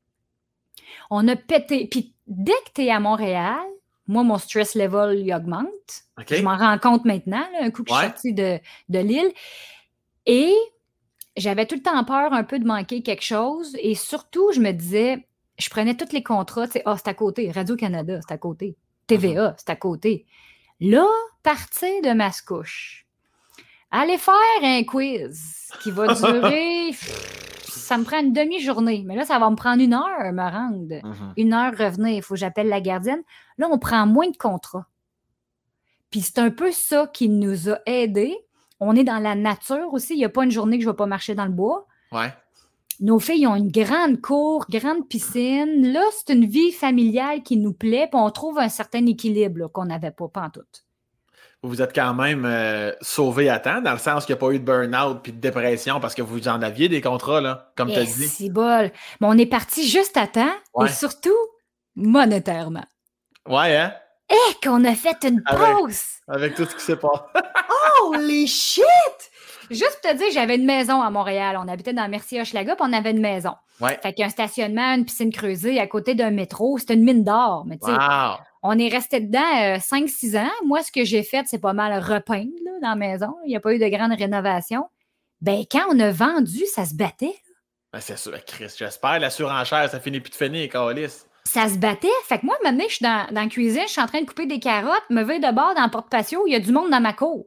On a pété. Puis dès que tu es à Montréal, moi, mon stress level, il augmente. Okay. Je m'en rends compte maintenant, là, un coup que ouais. je suis sortie de, de l'île. Et j'avais tout le temps peur un peu de manquer quelque chose. Et surtout, je me disais, je prenais tous les contrats. Tu sais, ah, oh, c'est à côté. Radio-Canada, c'est à côté. T V A, uh-huh. c'est à côté. Là, partir de Mascouche, aller faire un quiz qui va durer... ça me prend une demi-journée. Mais là, ça va me prendre une heure me rendre. Uh-huh. Une heure revenir. Il faut que j'appelle la gardienne. Là, on prend moins de contrats. Puis c'est un peu ça qui nous a aidés. On est dans la nature aussi. Il n'y a pas une journée que je ne vais pas marcher dans le bois. Ouais. Nos filles ont une grande cour, grande piscine. Là, c'est une vie familiale qui nous plaît. Puis on trouve un certain équilibre là, qu'on n'avait pas, pantoute. Vous êtes quand même euh, sauvés à temps, dans le sens qu'il n'y a pas eu de burn-out puis de dépression parce que vous en aviez des contrats, là, comme tu as dit. C'est bol. Mais on est parti juste à temps ouais. et surtout monétairement. Ouais, hein? Eh, qu'on a fait une pause! Avec, avec tout ce qui s'est passé. Holy shit! Juste pour te dire, j'avais une maison à Montréal. On habitait dans Mercier-Hochelaga, puis on avait une maison. Ouais. Fait qu'un stationnement, une piscine creusée à côté d'un métro. C'était une mine d'or. Mais tu sais, wow. on est resté dedans euh, cinq six ans. Moi, ce que j'ai fait, c'est pas mal repeindre là, dans la maison. Il n'y a pas eu de grande rénovation. Ben, quand on a vendu, ça se battait. Ben, c'est sûr, Chris, j'espère. La surenchère, ça finit plus de finir, Calis. Ça se battait. Fait que moi, maintenant, je suis dans, dans la cuisine, je suis en train de couper des carottes, me vais de bord dans le porte-patio, il y a du monde dans ma cour.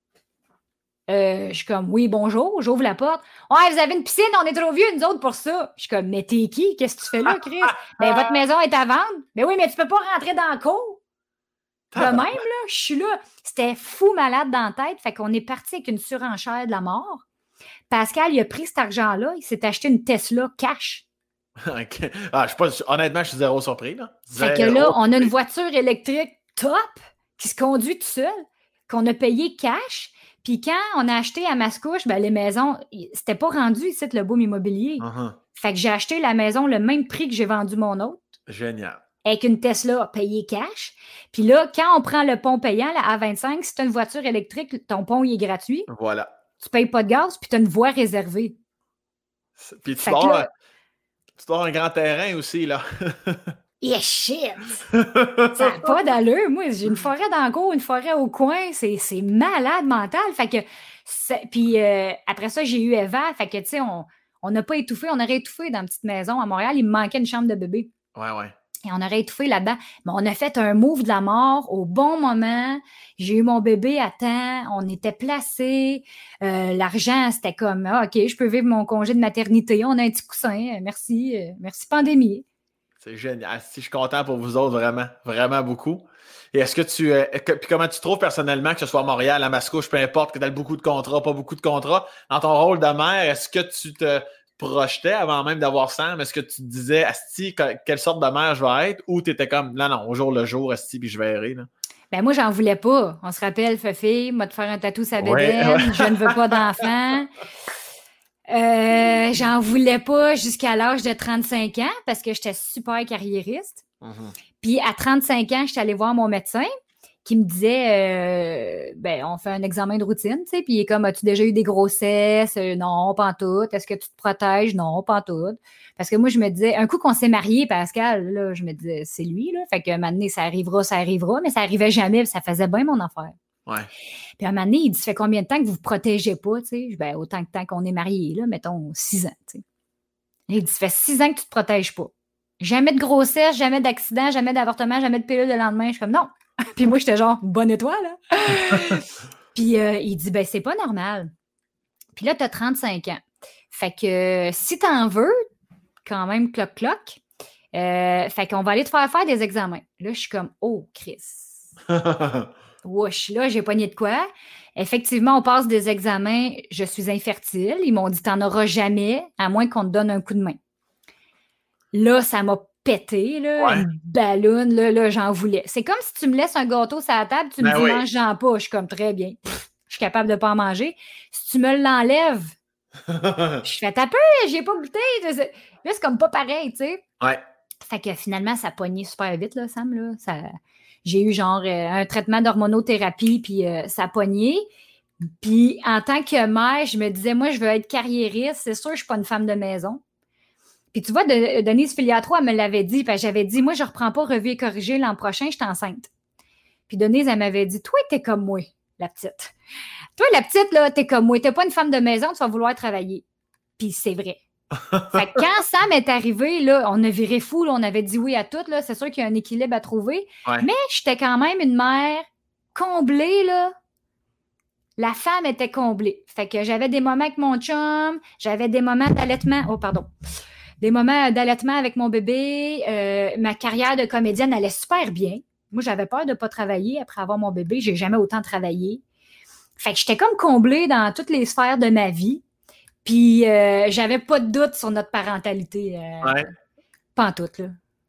Euh, je suis comme, oui, bonjour, j'ouvre la porte. Ouais, vous avez une piscine, on est trop vieux, nous autres, pour ça. Je suis comme, mais t'es qui? Qu'est-ce que tu fais là, Chris? Ben, votre maison est à vendre. Ben oui, mais tu peux pas rentrer dans le cour. De même, là, je suis là. C'était fou malade dans la tête. Fait qu'on est parti avec une surenchère de la mort. Pascal, il a pris cet argent-là, il s'est acheté une Tesla cash. Okay. Ah, je suis pas, honnêtement, je suis zéro surpris. Là. Zéro. Fait que là, on a une voiture électrique top qui se conduit tout seul, qu'on a payé cash. Puis quand on a acheté à Mascouche, ben les maisons, c'était pas rendu ici le boom immobilier. Uh-huh. Fait que j'ai acheté la maison le même prix que j'ai vendu mon autre. Génial. Avec une Tesla payée cash. Puis là, quand on prend le pont payant, la A vingt-cinq, si tu as une voiture électrique, ton pont il est gratuit. Voilà. Tu payes pas de gaz, puis tu as une voie réservée. Puis tu dois, là, tu dois avoir un grand terrain aussi, là. Yeah, shit! Ça n'a pas d'allure. Moi, j'ai une forêt dans le cours, une forêt au coin. C'est, c'est malade mental. Fait que, puis euh, après ça, j'ai eu Eva. Fait que, tu sais, on n'a pas étouffé. On aurait étouffé dans une petite maison à Montréal. Il me manquait une chambre de bébé. Ouais, ouais. Et on aurait étouffé là-dedans. Mais on a fait un move de la mort au bon moment. J'ai eu mon bébé à temps. On était placés. Euh, l'argent, c'était comme, ah, OK, je peux vivre mon congé de maternité. On a un petit coussin. Merci. Euh, merci, pandémie. C'est génial. Je suis content pour vous autres, vraiment. Vraiment beaucoup. Et est-ce que tu... Euh, que, puis comment tu trouves personnellement, que ce soit à Montréal, à Mascouche, peu importe, que tu aies beaucoup de contrats, pas beaucoup de contrats, dans ton rôle de mère, est-ce que tu te projetais avant même d'avoir Sam? Est-ce que tu te disais, Asti, quelle sorte de mère je vais être? Ou tu étais comme, non, non, au jour le jour, Asti, puis je verrai, là? Ben moi, j'en voulais pas. On se rappelle, Fefi, m'a te faire un tatou sa bédaine, ouais, ouais. Je ne veux pas d'enfant. Euh, j'en voulais pas jusqu'à l'âge de trente-cinq ans parce que j'étais super carriériste. Mm-hmm. Puis à trente-cinq ans, j'étais allée voir mon médecin qui me disait, euh, ben on fait un examen de routine, tu sais, puis il est comme, as-tu déjà eu des grossesses? Euh, non, pas en tout. Est-ce que tu te protèges? Non, pas en tout. Parce que moi, je me disais, un coup qu'on s'est mariés, Pascal, là, je me disais, c'est lui, là. Fait que un moment donné, ça arrivera, ça arrivera, mais ça arrivait jamais, ça faisait bien mon affaire. Ouais. Puis à un moment donné, il dit, ça fait combien de temps que vous ne vous protégez pas, tu sais? Ben, autant que temps qu'on est mariés, là, mettons six ans, tu sais. Il dit, ça fait six ans que tu ne te protèges pas. Jamais de grossesse, jamais d'accident, jamais d'avortement, jamais de pilule le lendemain. Je suis comme, non. Puis moi, j'étais genre, bonne étoile, là. Puis euh, il dit, ben, c'est pas normal. Puis là, tu as trente-cinq ans. Fait que euh, si tu en veux, quand même, cloc-cloc, euh, fait qu'on va aller te faire faire des examens. Là, je suis comme, oh, Chris. Wesh, là, j'ai pogné de quoi? Effectivement, on passe des examens, je suis infertile. Ils m'ont dit, t'en auras jamais, à moins qu'on te donne un coup de main. Là, ça m'a pété, là, ouais. Une balloune, là, là, j'en voulais. C'est comme si tu me laisses un gâteau sur la table, tu me ben dis, oui. Mange-en pas. Je suis comme, très bien. Pff, je suis capable de pas en manger. Si tu me l'enlèves, je fais, t'as peu, j'ai pas goûté. Là, c'est comme pas pareil, tu sais. Ouais. Fait que finalement, ça a pogné super vite, là, Sam, là. Ça... J'ai eu genre euh, un traitement d'hormonothérapie, puis euh, ça a pogné. Puis en tant que mère, je me disais, moi, je veux être carriériste. C'est sûr, je suis pas une femme de maison. Puis tu vois, de, Denise Filiatro, elle me l'avait dit, puis j'avais dit, moi, je reprends pas Revue et corrigée l'an prochain, je suis enceinte. Puis Denise, elle m'avait dit, toi, t'es comme moi, la petite. Toi, la petite, là, t'es comme moi, t'es pas une femme de maison, tu vas vouloir travailler. Puis c'est vrai. Fait que quand Sam est arrivé, là, on a viré fou, là, on avait dit oui à tout, là, c'est sûr qu'il y a un équilibre à trouver, Ouais. mais j'étais quand même une mère comblée, là. La femme était comblée. Fait que j'avais des moments avec mon chum, j'avais des moments d'allaitement, oh pardon, des moments d'allaitement avec mon bébé, euh, ma carrière de comédienne allait super bien. Moi, j'avais peur de pas travailler après avoir mon bébé, j'ai jamais autant travaillé. Fait que j'étais comme comblée dans toutes les sphères de ma vie. Puis, euh, j'avais pas de doute sur notre parentalité. Euh, Ouais. Pas en tout, là.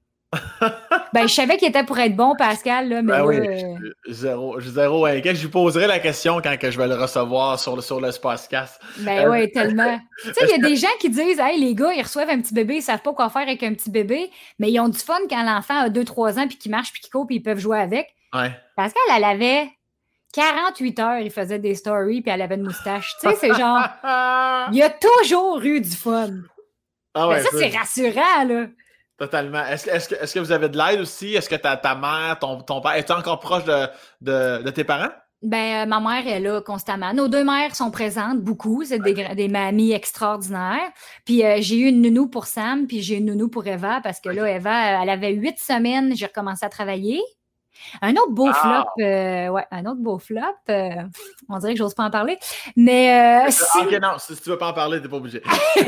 Ben, je savais qu'il était pour être bon, Pascal, là, mais Ben là, oui, euh, zéro, zéro inquiet. Je lui poserai la question quand que je vais le recevoir sur le, sur le Spacecast. ben Euh, ouais, tellement. Tu sais, il y a des gens qui disent, hey, les gars, ils reçoivent un petit bébé, ils savent pas quoi faire avec un petit bébé, mais ils ont du fun quand l'enfant a deux trois ans, puis qu'il marche, puis qu'il court, puis ils peuvent jouer avec. Ouais. Pascal, elle avait quarante-huit heures, il faisait des stories, puis elle avait une moustache. Tu sais, c'est genre, il y a toujours eu du fun. Ah Ben ouais, ça, ça, c'est rassurant, là. totalement. Est-ce, que- est-ce, que, est-ce que vous avez de l'aide aussi? Est-ce que ta, ta mère, ton, ton père, es-tu encore proche de, de, de tes parents? Ben, euh, ma mère est là constamment. Nos deux mères sont présentes beaucoup. C'est des, gra- des mamies extraordinaires. Puis euh, j'ai eu une nounou pour Sam, puis j'ai une nounou pour Eva, parce que là, Eva, elle avait huit semaines, j'ai recommencé à travailler. Un autre beau Ah! flop, euh, ouais, un autre beau flop. euh, on dirait que j'ose pas en parler. Mais euh, si... Ah, ok, non, si, si tu veux pas en parler, t'es pas obligé.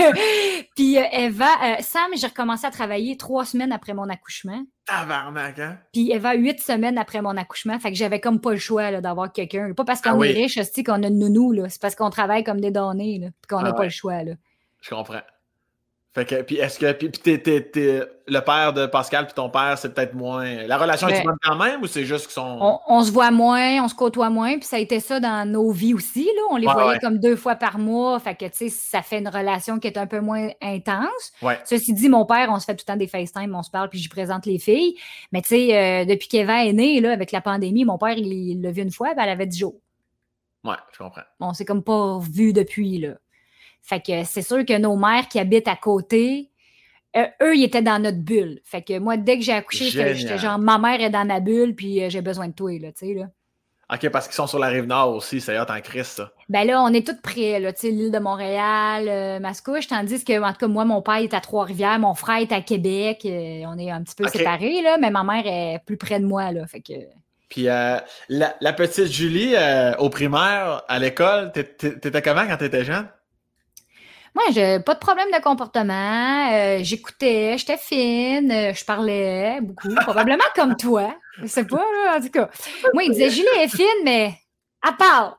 Puis euh, Eva, euh, Sam, j'ai recommencé à travailler trois semaines après mon accouchement. Tabarnak, hein? Puis Eva, huit semaines après mon accouchement. Fait que j'avais comme pas le choix là, d'avoir quelqu'un. Pas parce qu'on Ah oui. est riche, c'est qu'on a une nounou, là. C'est parce qu'on travaille comme des donnés, là. Puis qu'on n'a Ah pas ouais. le choix, là. Je comprends. Fait que, puis est-ce que, puis, puis t'es, t'es, t'es- le père de Pascal puis ton père, c'est peut-être moins. La relation Ben, est bonne quand même ou c'est juste qu'ils sont. On, on se voit moins, on se côtoie moins, puis ça a été ça dans nos vies aussi, là. On les Ouais, voyait ouais. comme deux fois par mois. Fait que, tu sais, ça fait une relation qui est un peu moins intense. Ouais. Ceci dit, mon père, on se fait tout le temps des FaceTime, on se parle, puis j'y présente les filles. Mais tu sais, euh, depuis qu'Eva est née, là, avec la pandémie, mon père, il il l'a vu une fois, ben, elle avait dix jours. Ouais, je comprends. On s'est comme pas vu depuis, là. Fait que c'est sûr que nos mères qui habitent à côté, euh, eux, ils étaient dans notre bulle. Fait que moi, dès que j'ai accouché, j'étais, Génial. j'étais genre, ma mère est dans ma bulle, puis euh, j'ai besoin de toi, là, tu sais, là. Ok, parce qu'ils sont sur la rive nord aussi, c'est hot en Christ, ça. Ben là, on est toutes près, là, tu sais, l'île de Montréal, euh, Mascouche, tandis que, en tout cas, moi, mon père est à Trois-Rivières, mon frère est à Québec, euh, on est un petit peu Ok. séparés, là, mais ma mère est plus près de moi, là, fait que... Puis euh, la, la petite Julie, euh, au primaire, à l'école, t'é- t'é- t'étais comment quand t'étais jeune? Moi, j'ai pas de problème de comportement, euh, j'écoutais, j'étais fine, euh, je parlais beaucoup, probablement comme toi, je sais pas, là, en tout cas. Moi, il disait, Julie est fine, mais elle parle!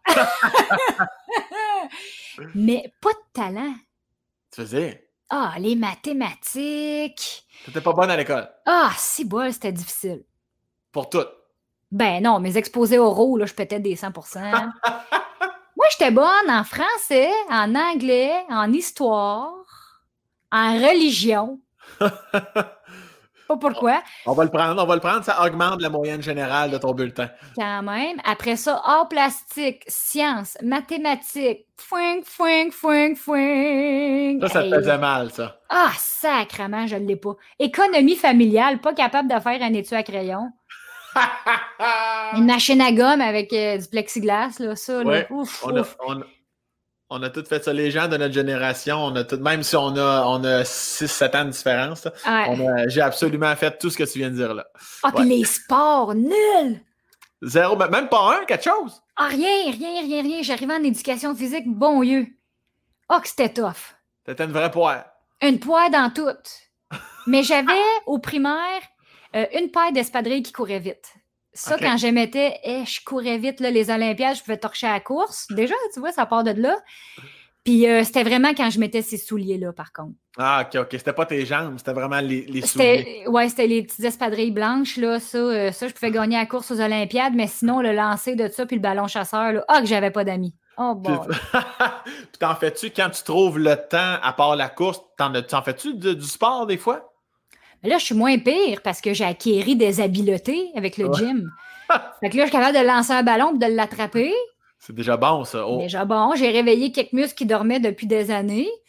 Mais pas de talent. Tu faisais? Ah, les mathématiques. T'étais pas bonne à l'école? Ah, si bol, c'était difficile. Pour tout. Ben non, mes exposés oraux, là, je pétais des cent pour cent. Moi, j'étais bonne en français, en anglais, en histoire, en religion. Pas pourquoi. On va le prendre, on va le prendre, ça augmente la moyenne générale de ton bulletin. Quand même. Après ça, art plastique, sciences, mathématiques, fouing, fouing, fouing, fouing. Ça, ça te Hey. faisait mal, ça. Ah, sacrement, je ne l'ai pas. Économie familiale, pas capable de faire un étui à crayon. Une machine à gomme avec euh, du plexiglas, là, ça, là. Ouais, Ouf, on, a, ouf. on, on a tous fait ça. Les gens de notre génération, on a tout, même si on a, on a six sept ans de différence, là, Ouais. on a- j'ai absolument fait tout ce que tu viens de dire là. Ah, puis Ouais. les sports, nul! Zéro, ben, même pas un, quelque chose. Ah, rien, rien, rien, rien. J'arrivais en éducation physique, bon Dieu. Ah, que c'était tough. T'étais une vraie poire. Une poire dans tout. Mais j'avais, au primaire, euh, une paire d'espadrilles qui courait vite. Ça, Ok. quand je mettais, eh, je courais vite, là, les Olympiades, je pouvais torcher à la course. Déjà, tu vois, ça part de là. Puis euh, c'était vraiment quand je mettais ces souliers-là, par contre. Ah, ok, ok. C'était pas tes jambes, c'était vraiment les, les souliers. C'était, ouais, c'était les petites espadrilles blanches, là. Ça, euh, ça, je pouvais gagner la course aux Olympiades, mais sinon, le lancer de ça, puis le ballon chasseur, là, ah, que j'avais pas d'amis. Oh, Puis bon. puis t'en fais-tu quand tu trouves le temps, à part la course, t'en, as- t'en fais-tu de- du sport des fois? Mais là, je suis moins pire parce que j'ai acquéri des habiletés avec le Ouais. gym. Fait que là, je suis capable de lancer un ballon et de l'attraper. C'est déjà bon, ça. Oh. Déjà bon, j'ai réveillé quelques muscles qui dormaient depuis des années.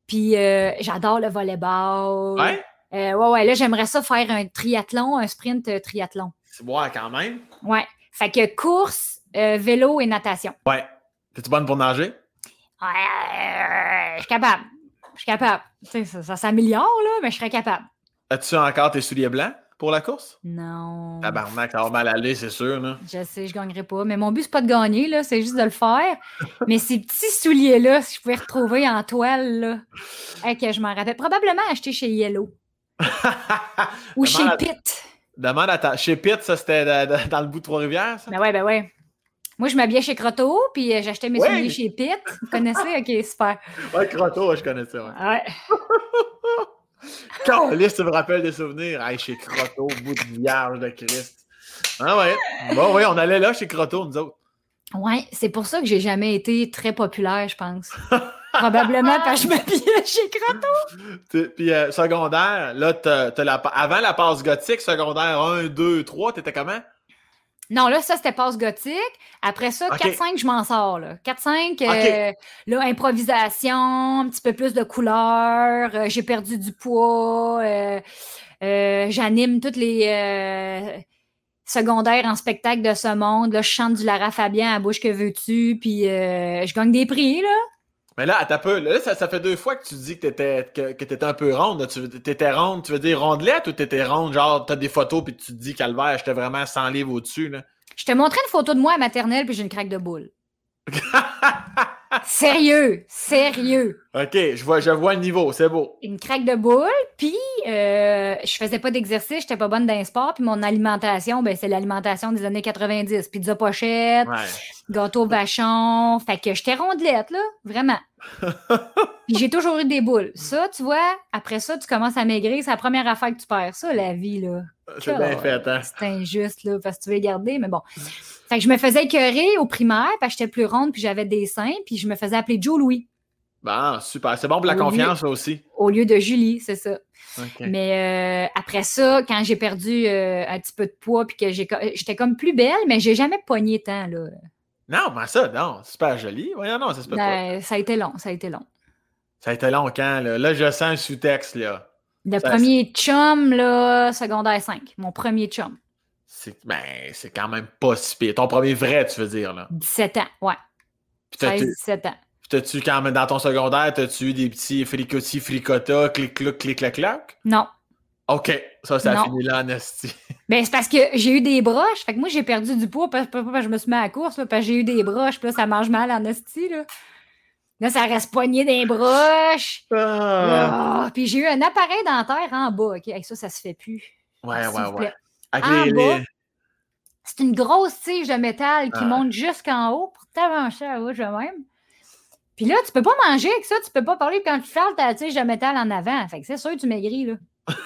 Puis euh, j'adore le volleyball. Ouais? Euh, ouais, ouais, là, j'aimerais ça faire un triathlon, un sprint euh, triathlon. C'est bon quand même. Ouais. Fait que course, euh, vélo et natation. Ouais. T'es-tu bonne pour nager? Ouais, euh, je suis capable. Je suis capable. Tu sais, ça, ça s'améliore, là, mais je serais capable. As-tu encore tes souliers blancs pour la course? Non. Tabarnak, ça va mal aller, c'est sûr, là. Je sais, je gagnerai pas. Mais mon but, c'est pas de gagner, là, c'est juste de le faire. Mais ces petits souliers-là, si je pouvais retrouver en toile, là, hey, que je m'en rappelle. Probablement acheter chez Yellow. Ou chez Demande à- Pitt. Demande à ta... Chez Pitt, ça, c'était de- de- dans le bout de Trois-Rivières, ça? Ben ouais, ben ouais. Moi, je m'habillais chez Croteau, puis euh, j'achetais mes Oui. souliers chez Pitt. Vous connaissez? OK, super. Ouais, Croteau, ouais, je connais ça, ouais. Ouais. Caliste, tu me rappelles des souvenirs. Hey, chez Croteau, bout de vierge de Christ. Ah ouais. Bon, oui, on allait là chez Croteau, nous autres. Ouais, c'est pour ça que j'ai jamais été très populaire, je pense. Probablement parce que je m'habillais chez Croteau. Tu- Puis euh, secondaire, là, t'as, t'as la... avant la passe gothique, secondaire un, deux, trois, t'étais comment? Non, là, ça, c'était passe gothique. Après ça, OK. quatre cinq, je m'en sors. Là. quatre cinq, euh, OK. là, improvisation, un petit peu plus de couleurs. euh, j'ai perdu du poids. euh, euh, j'anime toutes les euh, secondaires en spectacle de ce monde. Là, je chante du Lara Fabian à bouche que veux-tu. Puis euh, je gagne des prix, là. Mais là, attends un peu. Là, ça, ça fait deux fois que tu dis que t'étais, que, que t'étais un peu ronde. Là. Tu veux- t'étais ronde, tu veux dire rondelette ou t'étais ronde, genre, t'as des photos puis tu te dis, calvaire, j'étais vraiment cent livres au-dessus, là. Je te montrais une photo de moi à maternelle, puis j'ai une craque de boule. Sérieux, sérieux. OK, je vois, je vois le niveau, c'est beau. Une craque de boule, puis euh, je faisais pas d'exercice, j'étais pas bonne dans le sport, puis mon alimentation, ben c'est l'alimentation des années quatre-vingt-dix. Pizza pochette, Ouais. gâteau vachon, fait que j'étais rondelette, là, vraiment. Puis j'ai toujours eu des boules. Ça, tu vois, après ça, tu commences à maigrir, c'est la première affaire que tu perds. Ça, la vie, là. C'est bien fait, hein? C'est injuste, là, parce que tu veux les garder, mais bon. Fait que je me faisais écœurer au primaire, parce que j'étais plus ronde, puis j'avais des seins, puis je me faisais appeler Joe Louis. Bon, super. C'est bon pour la Oui. confiance, ça aussi. Au lieu de Julie, c'est ça. OK. Mais euh, après ça, quand j'ai perdu euh, un petit peu de poids, puis que j'ai, j'étais comme plus belle, mais j'ai jamais pogné tant, là. Non, mais ça, non, c'est super joli. Voyons, non, ça se peut pas. Ben, ça a été long, ça a été long. Ça a été long quand, là? Là, je sens un sous-texte, là. Le Ça, premier chum, là, secondaire cinq. Mon premier chum. C'est, ben, c'est quand même pas si pire. Ton premier vrai, tu veux dire, là. dix-sept ans, ouais. Puis t'as- seize dix-sept ans. Puis t'as-tu, quand même, dans ton secondaire, t'as-tu eu des petits fricotis, fricota, clic-cloc, clic-clac-clac? Non. OK. Ça, ça a Non. fini là, en esti. Ben, c'est parce que j'ai eu des broches. Fait que moi, j'ai perdu du poids parce parce que je me suis mis à la course, là, parce que j'ai eu des broches. Puis là, ça mange mal en esti, là. Là, ça reste poigné des broches. Ah. Ah, puis j'ai eu un appareil dentaire en bas. OK, hey, ça, ça se fait plus. Ouais, S'il ouais, vous ouais. plaît. Avec En les, bas. les- C'est une grosse tige de métal qui Ah. monte jusqu'en haut pour t'avancer à haut de même. Puis là, tu peux pas manger avec ça, tu peux pas parler quand tu parles ta tige de métal en avant. Fait que c'est sûr que tu maigris, là.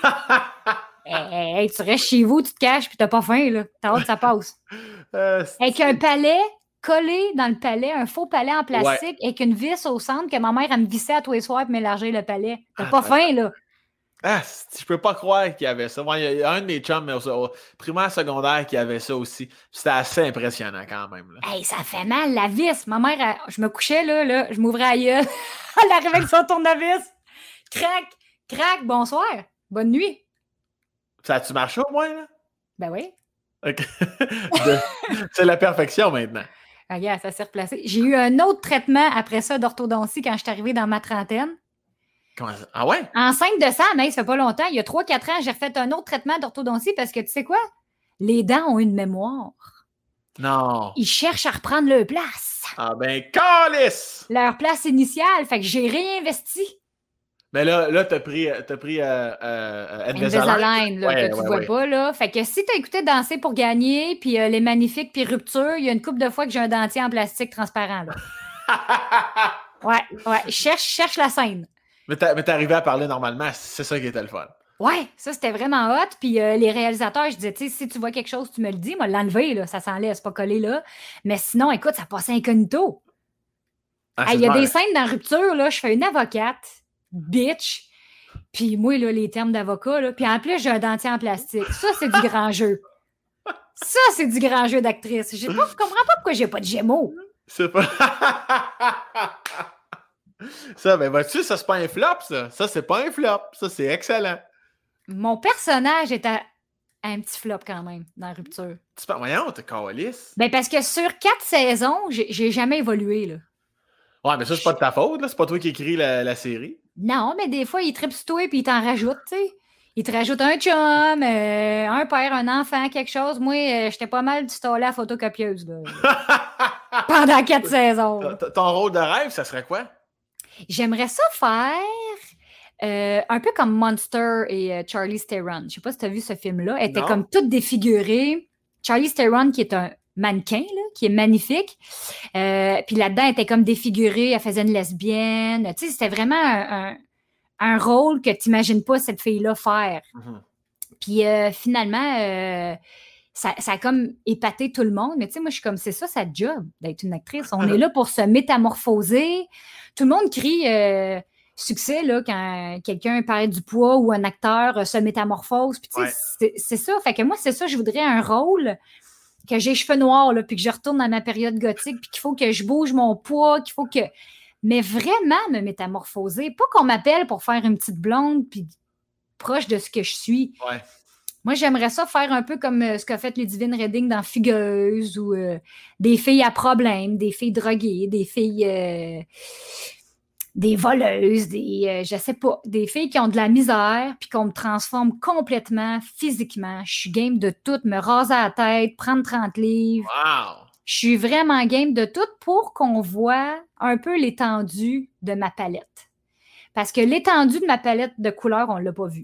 Hey, hey, hey, tu restes chez vous, tu te caches, puis t'as pas faim, là. T'as hâte que ça passe. Euh, Avec un palais collé dans le palais, un faux palais en plastique, avec une vis au centre que ma mère, elle me vissait à tous les soirs pour m'élargir le palais. T'as pas faim, là. Ah, je peux pas croire qu'il y avait ça. Moi, il y a un de mes chums, mais au, au primaire, secondaire, qui avait ça aussi. C'était assez impressionnant quand même. Là. Hey, ça fait mal, la vis. Ma mère, elle- je me couchais, là, là je m'ouvrais la gueule. Elle arrivait avec son tournevis. Crac, crac, bonsoir. Bonne nuit. Ça a-tu marché au moins, là? Ben oui. OK. De- C'est la perfection maintenant. Regarde, ça s'est replacé. J'ai eu un autre traitement après ça d'orthodontie quand je suis arrivée dans ma trentaine. Comment ça? Ah ouais? Enceinte de ça, mais ça fait pas longtemps, il y a trois quatre ans, j'ai refait un autre traitement d'orthodontie parce que tu sais quoi? Les dents ont une mémoire. Non. Ils cherchent à reprendre leur place. Ah ben, calice! Leur place initiale. Fait que j'ai réinvesti. Mais là, là t'as pris, t'as pris euh, euh, Invisalign, Invisalign. là, Ouais, que tu ouais, vois ouais. pas, là. Fait que si t'as écouté Danser pour gagner, puis euh, Les Magnifiques, puis Rupture, il y a une couple de fois que j'ai un dentier en plastique transparent, là. Ouais, ouais. Cherche, cherche la scène. Mais t'as- mais t'es arrivé à parler normalement, c'est ça qui était le fun. Ouais, ça, c'était vraiment hot. Puis euh, les réalisateurs, je disais, tu sais, si tu vois quelque chose, tu me le dis. Moi, l'enlever, là, ça s'enlève, c'est pas collé là. Mais sinon, écoute, ça passait incognito. Ah, Il c'est y a smart. des scènes dans Rupture, là, je fais une avocate, bitch. Puis moi, là, les termes d'avocat, là. Puis en plus, j'ai un dentier en plastique. Ça, c'est du grand jeu. Ça, c'est du grand jeu d'actrice. Je sais pas, je comprends pas pourquoi j'ai pas de Gémeaux. C'est pas. Ça, ben vois-tu, ça, c'est pas un flop, ça. Ça, c'est pas un flop. Ça, c'est excellent. Mon personnage est à un petit flop quand même dans la Rupture. Tu parles, voyons, t'es calisse. Ben parce que sur quatre saisons, j'ai, j'ai jamais évolué, là. Ouais, mais ça, c'est pas de ta faute, là. C'est pas toi qui écris la, la série. Non, mais des fois, il tripe sur toi et il t'en rajoute, tu sais. Il te rajoute un chum, euh, un père, un enfant, quelque chose. Moi, euh, j'étais pas mal du stolé à la photocopieuse, là. Pendant quatre saisons. T- Ton rôle de rêve, ça serait quoi? J'aimerais ça faire euh, un peu comme Monster et euh, Charlize Theron. Je sais pas si tu as vu ce film-là. Elle était Non. comme toute défigurée. Charlize Theron, qui est un mannequin, là, qui est magnifique. Euh, puis là-dedans, elle était comme défigurée. Elle faisait une lesbienne. Tu sais, c'était vraiment un, un, un rôle que tu n'imagines pas cette fille-là faire. Mm-hmm. Puis euh, finalement... Euh, Ça, ça a comme épaté tout le monde, mais tu sais, moi, je suis comme, c'est ça, sa job, d'être une actrice. On est là pour se métamorphoser. Tout le monde crie euh, succès, là, quand quelqu'un perd du poids ou un acteur euh, se métamorphose. Puis tu sais, Ouais. c'est, c'est ça. Fait que moi, c'est ça, je voudrais un rôle que j'ai les cheveux noirs, là, puis que je retourne dans ma période gothique, puis qu'il faut que je bouge mon poids, qu'il faut que... Mais vraiment me métamorphoser. Pas qu'on m'appelle pour faire une petite blonde, puis proche de ce que je suis. Ouais. Moi, j'aimerais ça faire un peu comme euh, ce qu'a fait Ludivine Redding dans Fugueuse ou euh, des filles à problème, des filles droguées, des filles... Euh, des voleuses, des... Euh, je sais pas, des filles qui ont de la misère puis qu'on me transforme complètement physiquement. Je suis game de tout, me raser la tête, prendre trente livres. Wow! Je suis vraiment game de tout pour qu'on voit un peu l'étendue de ma palette. Parce que l'étendue de ma palette de couleurs, on l'a pas vue.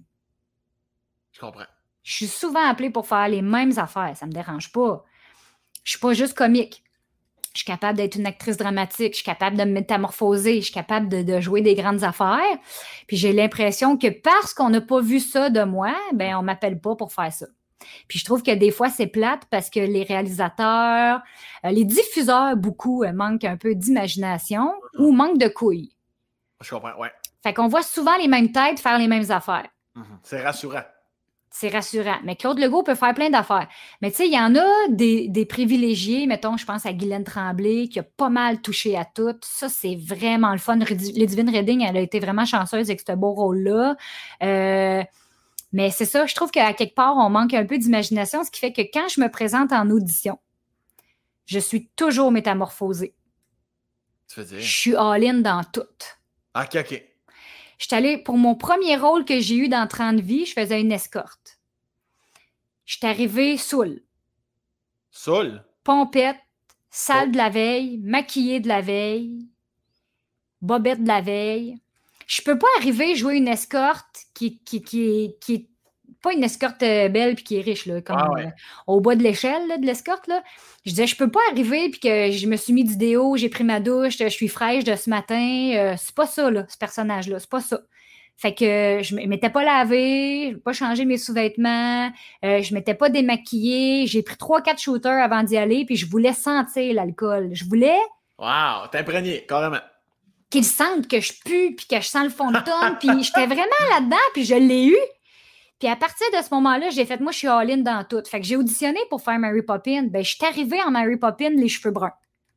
Je comprends. Je suis souvent appelée pour faire les mêmes affaires. Ça ne me dérange pas. Je suis pas juste comique. Je suis capable d'être une actrice dramatique. Je suis capable de me métamorphoser. Je suis capable de, de jouer des grandes affaires. Puis j'ai l'impression que parce qu'on n'a pas vu ça de moi, ben on m'appelle pas pour faire ça. Puis je trouve que des fois, c'est plate parce que les réalisateurs, euh, les diffuseurs, beaucoup, euh, manquent un peu d'imagination ou manquent de couilles. Je comprends, ouais. Fait qu'on voit souvent les mêmes têtes faire les mêmes affaires. Mm-hmm. C'est rassurant. C'est rassurant. Mais Claude Legault peut faire plein d'affaires. Mais tu sais, il y en a des, des privilégiés. Mettons, je pense à Guylaine Tremblay, qui a pas mal touché à tout. Ça, c'est vraiment le fun. Ludivine Redding, elle a été vraiment chanceuse avec ce beau rôle-là. Euh, mais c'est ça, je trouve qu'à quelque part, on manque un peu d'imagination, ce qui fait que quand je me présente en audition, je suis toujours métamorphosée. Tu veux dire? Je suis all-in dans tout. OK, OK. Je suis allée, pour mon premier rôle que j'ai eu dans trente vies, je faisais une escorte. Je suis arrivée saoule. Saoule? Pompette, sale Oh. de la veille, maquillée de la veille, bobette de la veille. Je peux pas arriver jouer une escorte qui, qui, qui, est, qui est pas une escorte belle puis qui est riche, là, comme Ah ouais. euh, au bas de l'échelle là, de l'escorte. Là. Je disais, je peux pas arriver puis que je me suis mis du déo, j'ai pris ma douche, je suis fraîche de ce matin. Euh, c'est pas ça, là, ce personnage-là. C'est pas ça. Fait que je m'étais pas lavée, je n'ai pas changé mes sous-vêtements, euh, je m'étais pas démaquillée. J'ai pris trois, quatre shooters avant d'y aller puis je voulais sentir l'alcool. Je voulais... Wow, t'es imprégné, carrément. Qu'ils sentent que je pue puis que je sens le fond de tonne. Puis j'étais vraiment là-dedans puis je l'ai eu. Puis à partir de ce moment-là, j'ai fait, moi, je suis all-in dans tout. Fait que j'ai auditionné pour faire Mary Poppins. Ben, je suis arrivée en Mary Poppins, les cheveux bruns.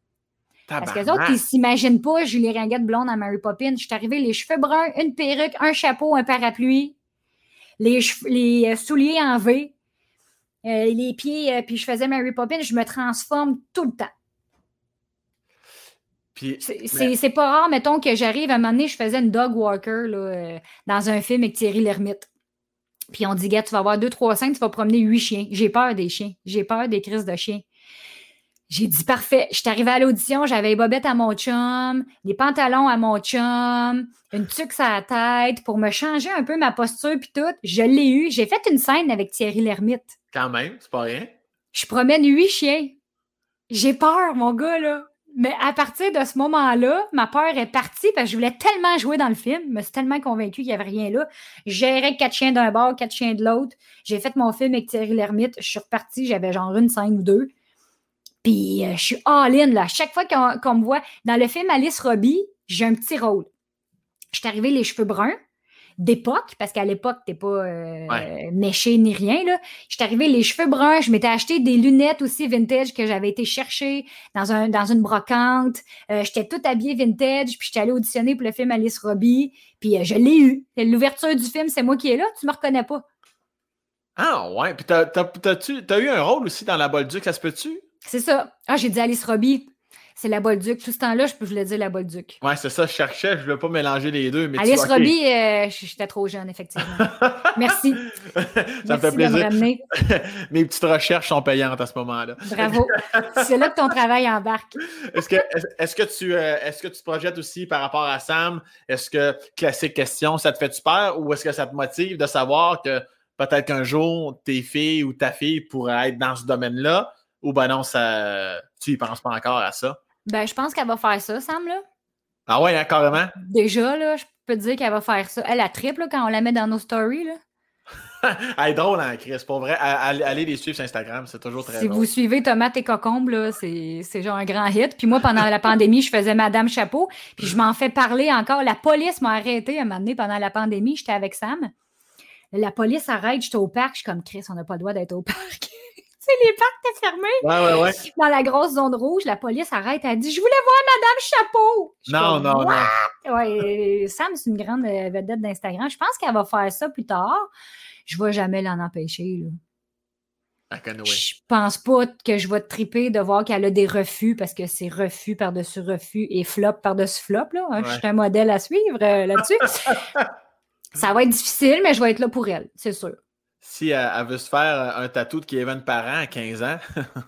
Parce que les autres, ils s'imaginent pas Julie Ringuette blonde en Mary Poppins. Je suis arrivée, les cheveux bruns, une perruque, un chapeau, un parapluie, les, cheveux, les souliers en V, euh, les pieds, euh, puis je faisais Mary Poppins. Je me transforme tout le temps. Puis, c'est, mais... c'est, c'est pas rare, mettons, que j'arrive, à un moment donné, je faisais une dog walker là, euh, dans un film avec Thierry Lhermitte. Puis on dit, gars, tu vas avoir deux, trois scènes, tu vas promener huit chiens. J'ai peur des chiens. J'ai peur des crises de chiens. J'ai dit, parfait. Je suis arrivée à l'audition, j'avais les bobettes à mon chum, des pantalons à mon chum, une tuque à la tête pour me changer un peu ma posture puis tout. Je l'ai eu. J'ai fait une scène avec Thierry Lhermitte. Quand même, c'est pas rien. Je promène huit chiens. J'ai peur, mon gars, là. Mais à partir de ce moment-là, ma peur est partie parce que je voulais tellement jouer dans le film. Je me suis tellement convaincue qu'il n'y avait rien là. Je gérais quatre chiens d'un bord, quatre chiens de l'autre. J'ai fait mon film avec Thierry Lhermitte. Je suis repartie, j'avais genre une scène ou deux. Puis euh, je suis all-in, là. Chaque fois qu'on, qu'on me voit dans le film Alice Robbie, j'ai un petit rôle. Je suis arrivée les cheveux bruns, d'époque, parce qu'à l'époque, t'es pas euh, Ouais. méché ni rien, là. J'étais arrivée les cheveux bruns, je m'étais acheté des lunettes aussi vintage que j'avais été chercher dans, un, dans une brocante. Euh, j'étais toute habillée vintage, puis j'étais allée auditionner pour le film Alice Robbie, puis euh, je l'ai eu. L'ouverture du film, c'est moi qui est là, tu me reconnais pas. Ah, ouais. Puis t'as, t'as, t'as-tu, t'as eu un rôle aussi dans La Bolduc, ça se peut-tu? C'est ça. Ah, j'ai dit Alice Robbie. C'est la Bolduc. Tout ce temps-là, je peux vous le dire, la Bolduc. Ouais, c'est ça, je cherchais, je voulais pas mélanger les deux. Mais Alice tu, Robbie, okay. euh, j'étais trop jeune, effectivement. Merci. Ça Merci me fait plaisir. De me ramener. Mes petites recherches sont payantes à ce moment-là. Bravo. C'est là que ton travail embarque. Est-ce que, est-ce, est-ce que tu, euh, est-ce que tu te projettes aussi par rapport à Sam? Est-ce que, classique question, ça te fait-tu peur ou est-ce que ça te motive de savoir que peut-être qu'un jour, tes filles ou ta fille pourrait être dans ce domaine-là? Ou ben non, ça, tu y penses pas encore à ça? Ben, je pense qu'elle va faire ça, Sam, là. Ah ouais, hein, carrément? Déjà, là, je peux te dire qu'elle va faire ça. Elle, la triple, là, quand on la met dans nos stories, là. Elle est drôle, hein, Chris. Pour vrai, allez les suivre sur Instagram, c'est toujours très si drôle. Si vous suivez Tomates et Cocombes, là, c'est, c'est genre un grand hit. Puis moi, pendant la pandémie, je faisais Madame Chapeau. Puis je m'en fais parler encore. La police m'a arrêté un moment donné pendant la pandémie. J'étais avec Sam. La police arrête, j'étais au parc. Je suis comme, Chris, on n'a pas le droit d'être au parc. Tu sais, les parcs étaient fermés. Ouais, ouais, ouais. Dans la grosse zone rouge, la police arrête. Elle dit, je voulais voir Madame Chapeau. Non, comme, non, What? non. Ouais, Sam, c'est une grande vedette d'Instagram. Je pense qu'elle va faire ça plus tard. Je ne vais jamais l'en empêcher. Là. Je pense pas que je vais triper de voir qu'elle a des refus parce que c'est refus par-dessus refus et flop par-dessus flop. Là. Ouais. Je suis un modèle à suivre euh, là-dessus. Ça va être difficile, mais je vais être là pour elle, c'est sûr. Si elle, elle veut se faire un tatou de Kevin Parent à quinze ans,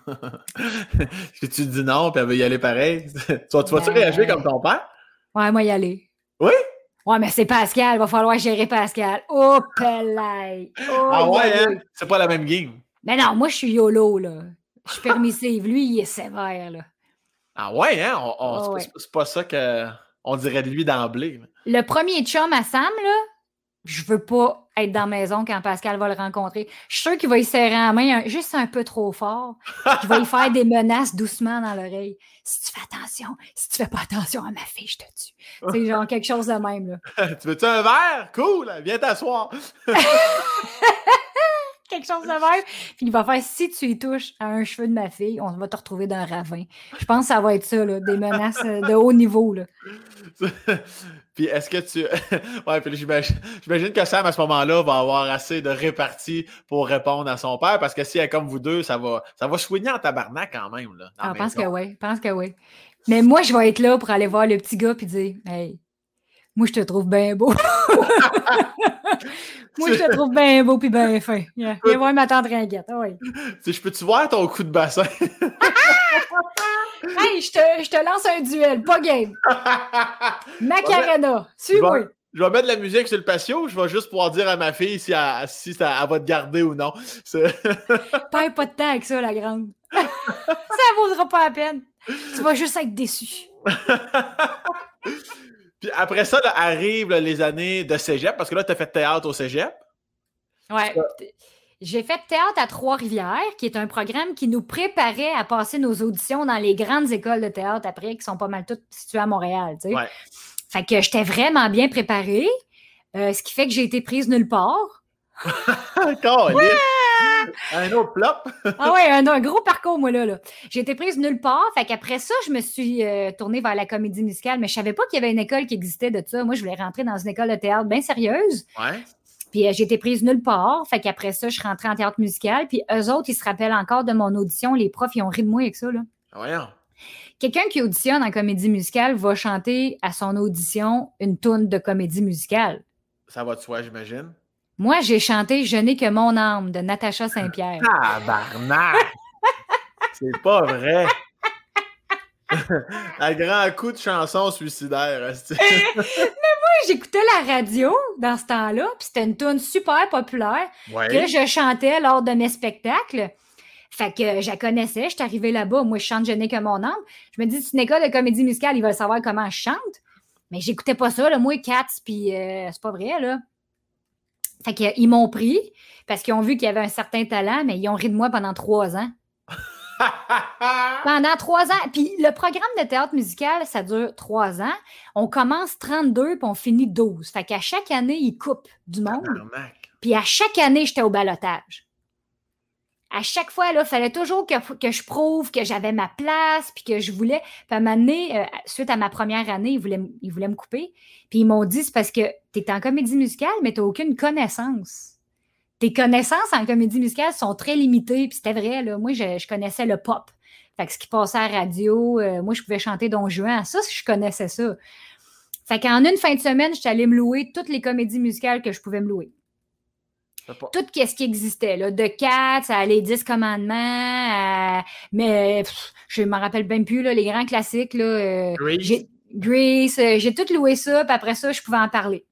si tu dis non puis elle veut y aller pareil, tu vas-tu ben... réagir comme ton père? Ouais, moi y aller. Oui? Ouais, mais c'est Pascal, il va falloir gérer Pascal. Oh, pelay! Oh, ah ouais, hein? C'est pas la même game. Mais non, moi je suis YOLO, là. Je suis permissive. Lui, il est sévère, là. Ah ouais, hein? On, on, oh, c'est, ouais. pas, c'est pas ça qu'on dirait de lui d'emblée. Le premier chum à Sam, là, je veux pas être dans la maison quand Pascal va le rencontrer. Je suis sûre qu'il va y serrer la main un, juste un peu trop fort. Il va y faire des menaces doucement dans l'oreille. Si tu fais attention, si tu fais pas attention à ma fille, je te tue. C'est genre quelque chose de même, là. Tu veux-tu un verre? Cool! Viens t'asseoir! Quelque chose de même. Puis il va faire, si tu y touches à un cheveu de ma fille, on va te retrouver dans un ravin. Je pense que ça va être ça, là, des menaces de haut niveau, là. Puis est-ce que tu... ouais, puis j'imagine, j'imagine que Sam, à ce moment-là, va avoir assez de répartie pour répondre à son père, parce que si elle est comme vous deux, ça va, ça va soigner en tabarnak quand même, là. Ah, je pense que oui, je pense que oui. Mais moi, je vais être là pour aller voir le petit gars puis dire, hey, moi, je te trouve bien beau. Moi, je te trouve bien beau puis bien fin. Yeah. Viens voir ma tante Ringuette. Oh, oui. Je peux-tu voir ton coup de bassin? Hey, je te, je te lance un duel, pas game. Macarena, suis-moi. Je, je vais mettre de la musique sur le patio, je vais juste pouvoir dire à ma fille si elle, si ça, elle va te garder ou non. Perds pas de temps avec ça, la grande. Ça vaudra pas la peine. Tu vas juste être déçu. Puis après ça, là, arrivent là, les années de cégep, parce que là, tu as fait théâtre au cégep. Ouais. J'ai fait théâtre à Trois-Rivières, qui est un programme qui nous préparait à passer nos auditions dans les grandes écoles de théâtre après, qui sont pas mal toutes situées à Montréal. Tu sais. Ouais. Fait que j'étais vraiment bien préparée, euh, ce qui fait que j'ai été prise nulle part. Encore, ouais! Un autre plop! Ah ouais, un, un gros parcours, moi, là. là. J'ai été prise nulle part. Fait qu'après ça, je me suis euh, tournée vers la comédie musicale, mais je savais pas qu'il y avait une école qui existait de ça. Moi, je voulais rentrer dans une école de théâtre bien sérieuse. Ouais. Puis euh, j'ai été prise nulle part. Fait qu'après ça, je suis rentrée en théâtre musical. Puis eux autres, ils se rappellent encore de mon audition. Les profs, ils ont ri de moi avec ça, là. Voyons. Quelqu'un qui auditionne en comédie musicale va chanter à son audition une toune de comédie musicale. Ça va de soi, j'imagine. Moi, j'ai chanté « Je n'ai que mon âme » de Natacha Saint-Pierre. Ah, barnac! C'est pas vrai! Un grand coup de chanson suicidaire. Mais moi, j'écoutais la radio dans ce temps-là, puis c'était une toune super populaire ouais. que je chantais lors de mes spectacles. Fait que je la connaissais, je suis arrivée là-bas, moi je chante « Je n'ai que mon âme ». Je me dis, c'est une école de comédie musicale, ils veulent savoir comment je chante. Mais j'écoutais pas ça, là, moi, Cats, puis euh, c'est pas vrai, là. Fait qu'ils m'ont pris, parce qu'ils ont vu qu'il y avait un certain talent, mais ils ont ri de moi pendant trois ans. Pendant trois ans. Puis le programme de théâtre musical, ça dure trois ans. On commence trente-deux, puis on finit douze. Fait qu'à chaque année, ils coupent du monde. Puis à chaque année, j'étais au balotage. À chaque fois, il fallait toujours que, que je prouve que j'avais ma place, puis que je voulais. Puis à un moment donné, euh, suite à ma première année, ils voulaient, ils voulaient me couper. Puis ils m'ont dit, c'est parce que tu es en comédie musicale, mais tu n'as aucune connaissance. Tes connaissances en comédie musicale sont très limitées. Puis c'était vrai, là. Moi, je, je connaissais le pop. Fait que ce qui passait à la radio, euh, moi, je pouvais chanter Don Juan. Ça, je connaissais ça. Fait qu'en une fin de semaine, j'étais allée me louer toutes les comédies musicales que je pouvais me louer. Tout ce qui existait, là, de Cats à Les Dix Commandements, à... mais pff, je me rappelle même plus, là, les grands classiques. Là, euh, Grease. J'ai, Grease, euh, j'ai tout loué ça, puis après ça, je pouvais en parler.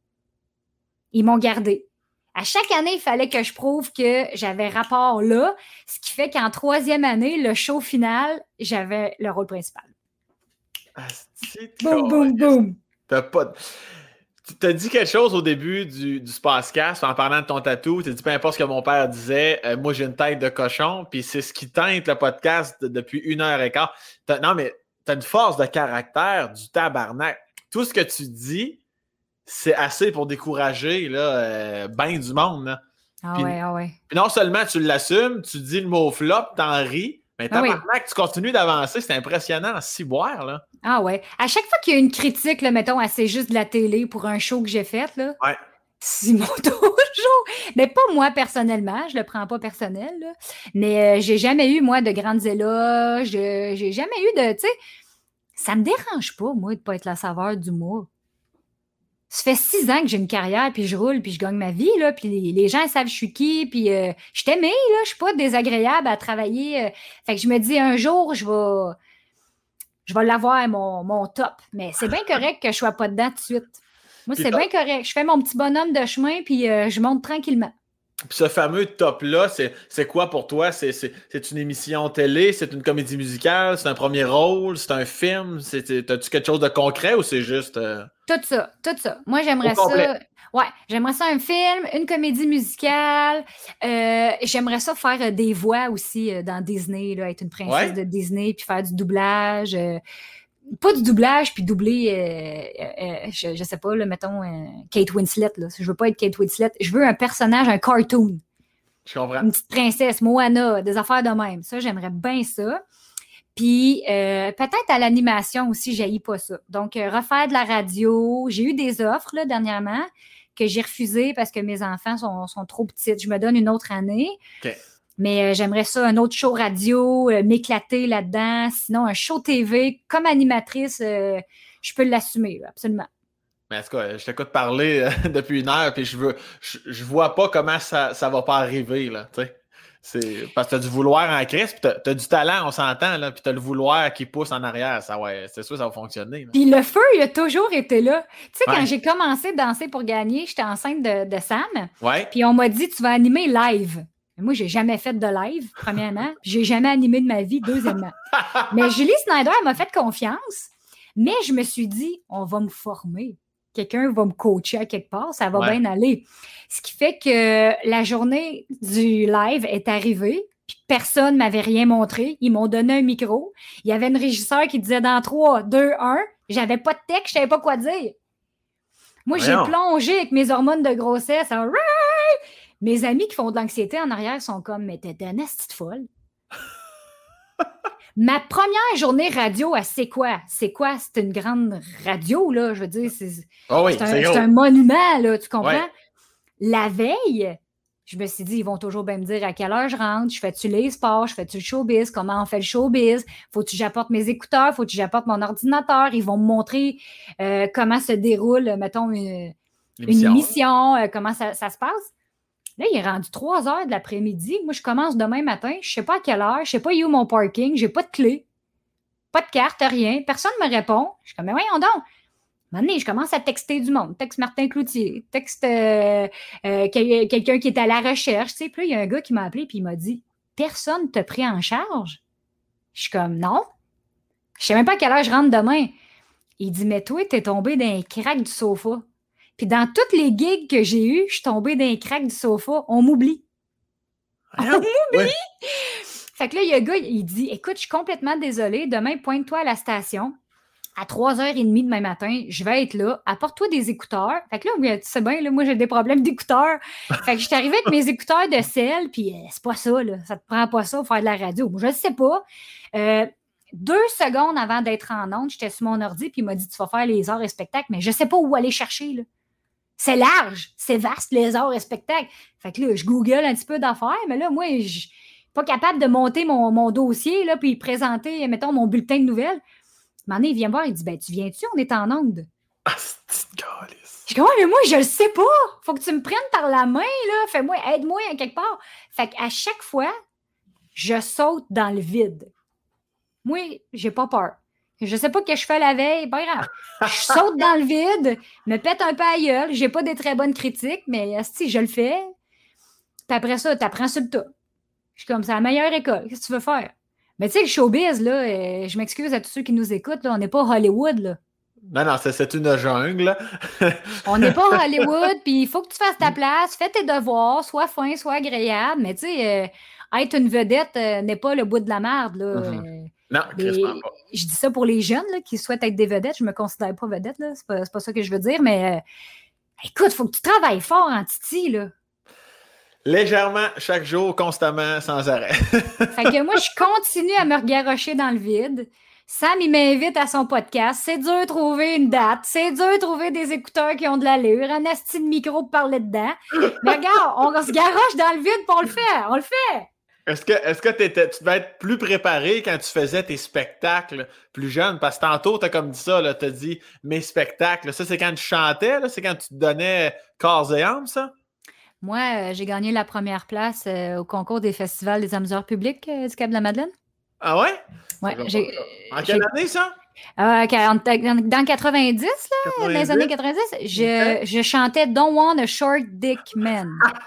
Ils m'ont gardé. À chaque année, il fallait que je prouve que j'avais rapport là, ce qui fait qu'en troisième année, le show final, j'avais le rôle principal. Ah, c'est boum, boum, boum. T'as pas... Tu as dit quelque chose au début du, du Spacecast en parlant de ton tatou. Tu as dit peu importe ce que mon père disait, euh, moi j'ai une tête de cochon, puis c'est ce qui teinte le podcast de, depuis une heure et quart. T'as, non, mais tu as une force de caractère du tabarnak. Tout ce que tu dis, c'est assez pour décourager là, euh, ben du monde. Là. Ah puis, ouais, ah ouais. Puis non seulement tu l'assumes, tu dis le mot flop, t'en ris, mais tabarnak, ah oui. Tu continues d'avancer, c'est impressionnant en ciboire, là. Ah ouais. À chaque fois qu'il y a une critique, là, mettons, à c'est juste de la télé pour un show que j'ai fait, là, ouais. c'est mon toujours. Mais pas moi personnellement, je le prends pas personnel, là. Mais euh, j'ai jamais eu, moi, de grandes éloges. Euh, j'ai jamais eu de, tu sais, ça me dérange pas, moi, de pas être la saveur du mois. Ça fait six ans que j'ai une carrière, puis je roule, puis je gagne ma vie, là, puis les, les gens savent je suis qui, puis euh, je t'aimais, là, je suis pas désagréable à travailler. Euh, fait que je me dis, un jour, je vais je vais l'avoir, mon, mon top. Mais c'est bien correct que je sois pas dedans tout de suite. Moi, c'est bien correct. Je fais mon petit bonhomme de chemin, puis euh, je monte tranquillement. Puis ce fameux top-là, c'est, c'est quoi pour toi? C'est, c'est, c'est une émission télé? C'est une comédie musicale? C'est un premier rôle? C'est un film? C'est, c'est, t'as-tu quelque chose de concret ou c'est juste... Euh... Tout ça, tout ça. Moi, j'aimerais ça... Ouais, j'aimerais ça un film, une comédie musicale. Euh, j'aimerais ça faire des voix aussi euh, dans Disney, là, être une princesse ouais. de Disney, puis faire du doublage. Euh, pas du doublage, puis doubler, euh, euh, je, je sais pas, là, mettons, euh, Kate Winslet. Là. Je veux pas être Kate Winslet. Je veux un personnage, un cartoon. Je comprends. Une petite princesse, Moana, des affaires de même. Ça, j'aimerais bien ça. Puis euh, peut-être à l'animation aussi, j'haïs pas ça. Donc, euh, refaire de la radio. J'ai eu des offres là, dernièrement que j'ai refusées parce que mes enfants sont, sont trop petites. Je me donne une autre année. Okay. Mais euh, j'aimerais ça, un autre show radio, euh, m'éclater là-dedans. Sinon, un show T V, comme animatrice, euh, je peux l'assumer, là, absolument. Mais en tout cas, je t'écoute parler euh, depuis une heure, puis je veux, je, je vois pas comment ça, ça va pas arriver, là, tu sais. C'est parce que t'as du vouloir en crise, puis t'as, t'as du talent, on s'entend, là, puis t'as le vouloir qui pousse en arrière. Ça, ouais, c'est sûr, ça va fonctionner. Là. Puis le feu, il a toujours été là. Tu sais, ouais. quand j'ai commencé à danser pour gagner, j'étais enceinte de, de Sam. Ouais. Puis on m'a dit, tu vas animer live. Moi, j'ai jamais fait de live, premièrement. J'ai jamais animé de ma vie, deuxièmement. Mais Julie Snyder, elle m'a fait confiance. Mais je me suis dit, on va me former. Quelqu'un va me coacher à quelque part, ça va ouais. bien aller. Ce qui fait que la journée du live est arrivée, puis personne ne m'avait rien montré. Ils m'ont donné un micro. Il y avait une régisseur qui disait dans trois, deux, un. J'avais pas de texte, je savais pas quoi dire. Moi, Voyons. j'ai plongé avec mes hormones de grossesse. En... Mes amis qui font de l'anxiété en arrière sont comme, mais t'es une petite folle. Ma première journée radio, c'est quoi? C'est quoi? C'est une grande radio, là. Je veux dire, c'est, oh oui, c'est, un, c'est, c'est un monument, là. Tu comprends? Ouais. La veille, je me suis dit, ils vont toujours bien me dire à quelle heure je rentre. Je fais-tu les sports? Je fais-tu le showbiz? Comment on fait le showbiz? Faut-tu que j'apporte mes écouteurs? Faut-tu que j'apporte mon ordinateur? Ils vont me montrer euh, comment se déroule, mettons, une, une émission, euh, comment ça, ça se passe. Là, il est rendu trois heures de l'après-midi. Moi, je commence demain matin. Je ne sais pas à quelle heure. Je ne sais pas où est mon parking. Je n'ai pas de clé. Pas de carte, rien. Personne ne me répond. Je suis comme, mais voyons donc. À un moment donné, je commence à texter du monde. Texte Martin Cloutier. Texte euh, euh, quel, quelqu'un qui est à la recherche. Tu sais. Puis là, il y a un gars qui m'a appelé et il m'a dit, personne ne t'a pris en charge. Je suis comme, non. Je ne sais même pas à quelle heure je rentre demain. Il dit, mais toi, tu es tombé dans un crack du sofa. Puis dans toutes les gigs que j'ai eues, je suis tombée dans les cracks du sofa. On m'oublie. On m'oublie! Ouais. Fait que là, il y a un gars, il dit, écoute, je suis complètement désolé, demain, pointe-toi à la station. À trois heures trente demain matin, je vais être là. Apporte-toi des écouteurs. Fait que là, oui, tu sais bien, là, moi, j'ai des problèmes d'écouteurs. Fait que je suis arrivée avec mes écouteurs de sel, puis euh, c'est pas ça, là. Ça te prend pas ça pour faire de la radio. Moi, je ne sais pas. Euh, deux secondes avant d'être en onde, j'étais sur mon ordi, puis il m'a dit, tu vas faire les arts et spectacles, mais je sais pas où aller chercher, là. C'est large, c'est vaste, les arts et spectacles. Fait que là, je google un petit peu d'affaires, mais là, moi, je suis pas capable de monter mon, mon dossier, là, puis présenter, mettons, mon bulletin de nouvelles. Un moment donné, il vient me voir, il dit, ben, tu viens-tu? On est en onde. Ah, c'est une calice. Je dis, ouais, mais moi, je le sais pas. Faut que tu me prennes par la main, là. Fais-moi, aide-moi à quelque part. Fait qu'à chaque fois, je saute dans le vide. Moi, j'ai pas peur. Je sais pas ce que je fais la veille, pas grave. Je saute dans le vide, me pète un peu à la gueule. J'ai pas des très bonnes critiques, mais si je le fais. Puis après ça, t'apprends sur le tas. Je suis comme, c'est la meilleure école. Qu'est-ce que tu veux faire? Mais tu sais, le showbiz, là, euh, je m'excuse à tous ceux qui nous écoutent, là, on n'est pas Hollywood, là. Non, non, c'est, c'est une jungle. On n'est pas Hollywood, puis il faut que tu fasses ta place, fais tes devoirs, sois fin, sois agréable, mais tu sais, euh, être une vedette euh, n'est pas le bout de la merde, là. Mm-hmm. Euh, non, les, pas. Je dis ça pour les jeunes, là, qui souhaitent être des vedettes, je me considère pas vedette, là, c'est pas, c'est pas ça que je veux dire, mais euh, écoute, il faut que tu travailles fort en titi, là. Légèrement, chaque jour, constamment, sans arrêt. Fait que moi, je continue à me regarrocher dans le vide. Sam, il m'invite à son podcast. C'est dur de trouver une date. C'est dur de trouver des écouteurs qui ont de l'allure. Un asti de micro pour parler dedans. Mais regarde, on se garoche dans le vide puis on le fait. On le fait. Est-ce que, est-ce que t'étais, tu devais être plus préparé quand tu faisais tes spectacles plus jeunes? Parce que tantôt, t'as comme dit ça, là, t'as dit mes spectacles. Ça, c'est quand tu chantais, là, c'est quand tu te donnais corps et âme, ça? Moi, euh, j'ai gagné la première place euh, au concours des festivals des amuseurs publics euh, du Cap-de-la-Madeleine. Ah ouais? Ouais. J'ai, en quelle j'ai... année, ça? Euh, dans quatre-vingt-dix, là, quatre-vingt-dix. Dans les années quatre-vingt-dix, je, okay. je chantais Don't Want a Short Dick Man.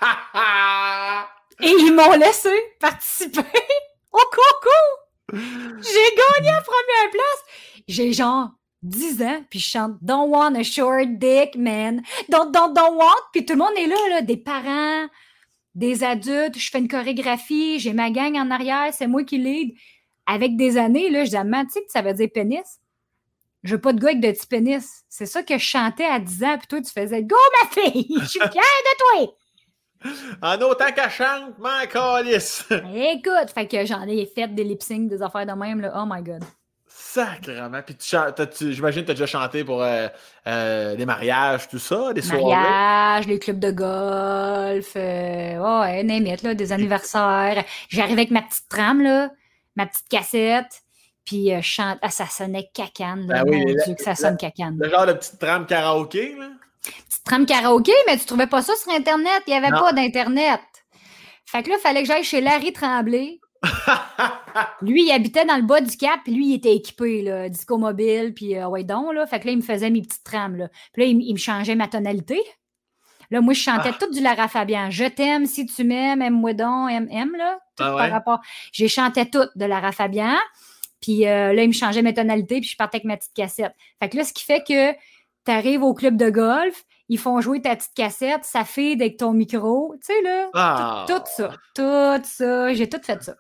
Et ils m'ont laissé participer au concours. J'ai gagné la première place. J'ai genre dix ans, puis je chante Don't Want a Short Dick Man. Don't, don't, don't want. Puis tout le monde est là, là, des parents, des adultes. Je fais une chorégraphie, j'ai ma gang en arrière, c'est moi qui lead. Avec des années, là, je dis, tu sais que ça veut dire pénis? Je veux pas de gars avec de petits pénis. C'est ça que je chantais à dix ans, puis toi, tu faisais Go, ma fille! Je suis fière de toi! En autant qu'elle chante, ma calisse! Écoute, fait que j'en ai fait des lip-syncs, des affaires de même, là. Oh my God. Sacrément. Puis tu chantes, tu, j'imagine que tu as déjà chanté pour euh, euh, des mariages, tout ça, des soirées. Mariages, les clubs de golf, euh, oh, ouais, name it, là, des anniversaires. J'arrivais avec ma petite trame, là. Ma petite cassette, puis euh, je chante. Ah, ça sonnait cacane, là. Ben oui, mon la, Dieu, que ça sonne la, cacane. Le genre de petite trame karaoké, là? Petite trame karaoké, mais tu trouvais pas ça sur Internet. Il n'y avait non. pas d'Internet. Fait que là, il fallait que j'aille chez Larry Tremblay. Lui, il habitait dans le bas du Cap, puis lui, il était équipé, là, disco mobile, puis euh, ouais, donc, là. Fait que là, il me faisait mes petites trames, là. Puis là, il, il me changeait ma tonalité. Là, moi, je chantais ah. tout du Lara Fabian. Je t'aime, si tu m'aimes, aime-moi donc, aime, aime, là. Tout ah ouais. par rapport. J'ai chanté tout de Lara Fabian. Puis euh, là, il me changeait mes tonalités, puis je partais avec ma petite cassette. Fait que là, ce qui fait que tu arrives au club de golf, ils font jouer ta petite cassette, ça fade avec ton micro. Tu sais, là. Ah. Tout, tout ça. Tout ça. J'ai tout fait ça.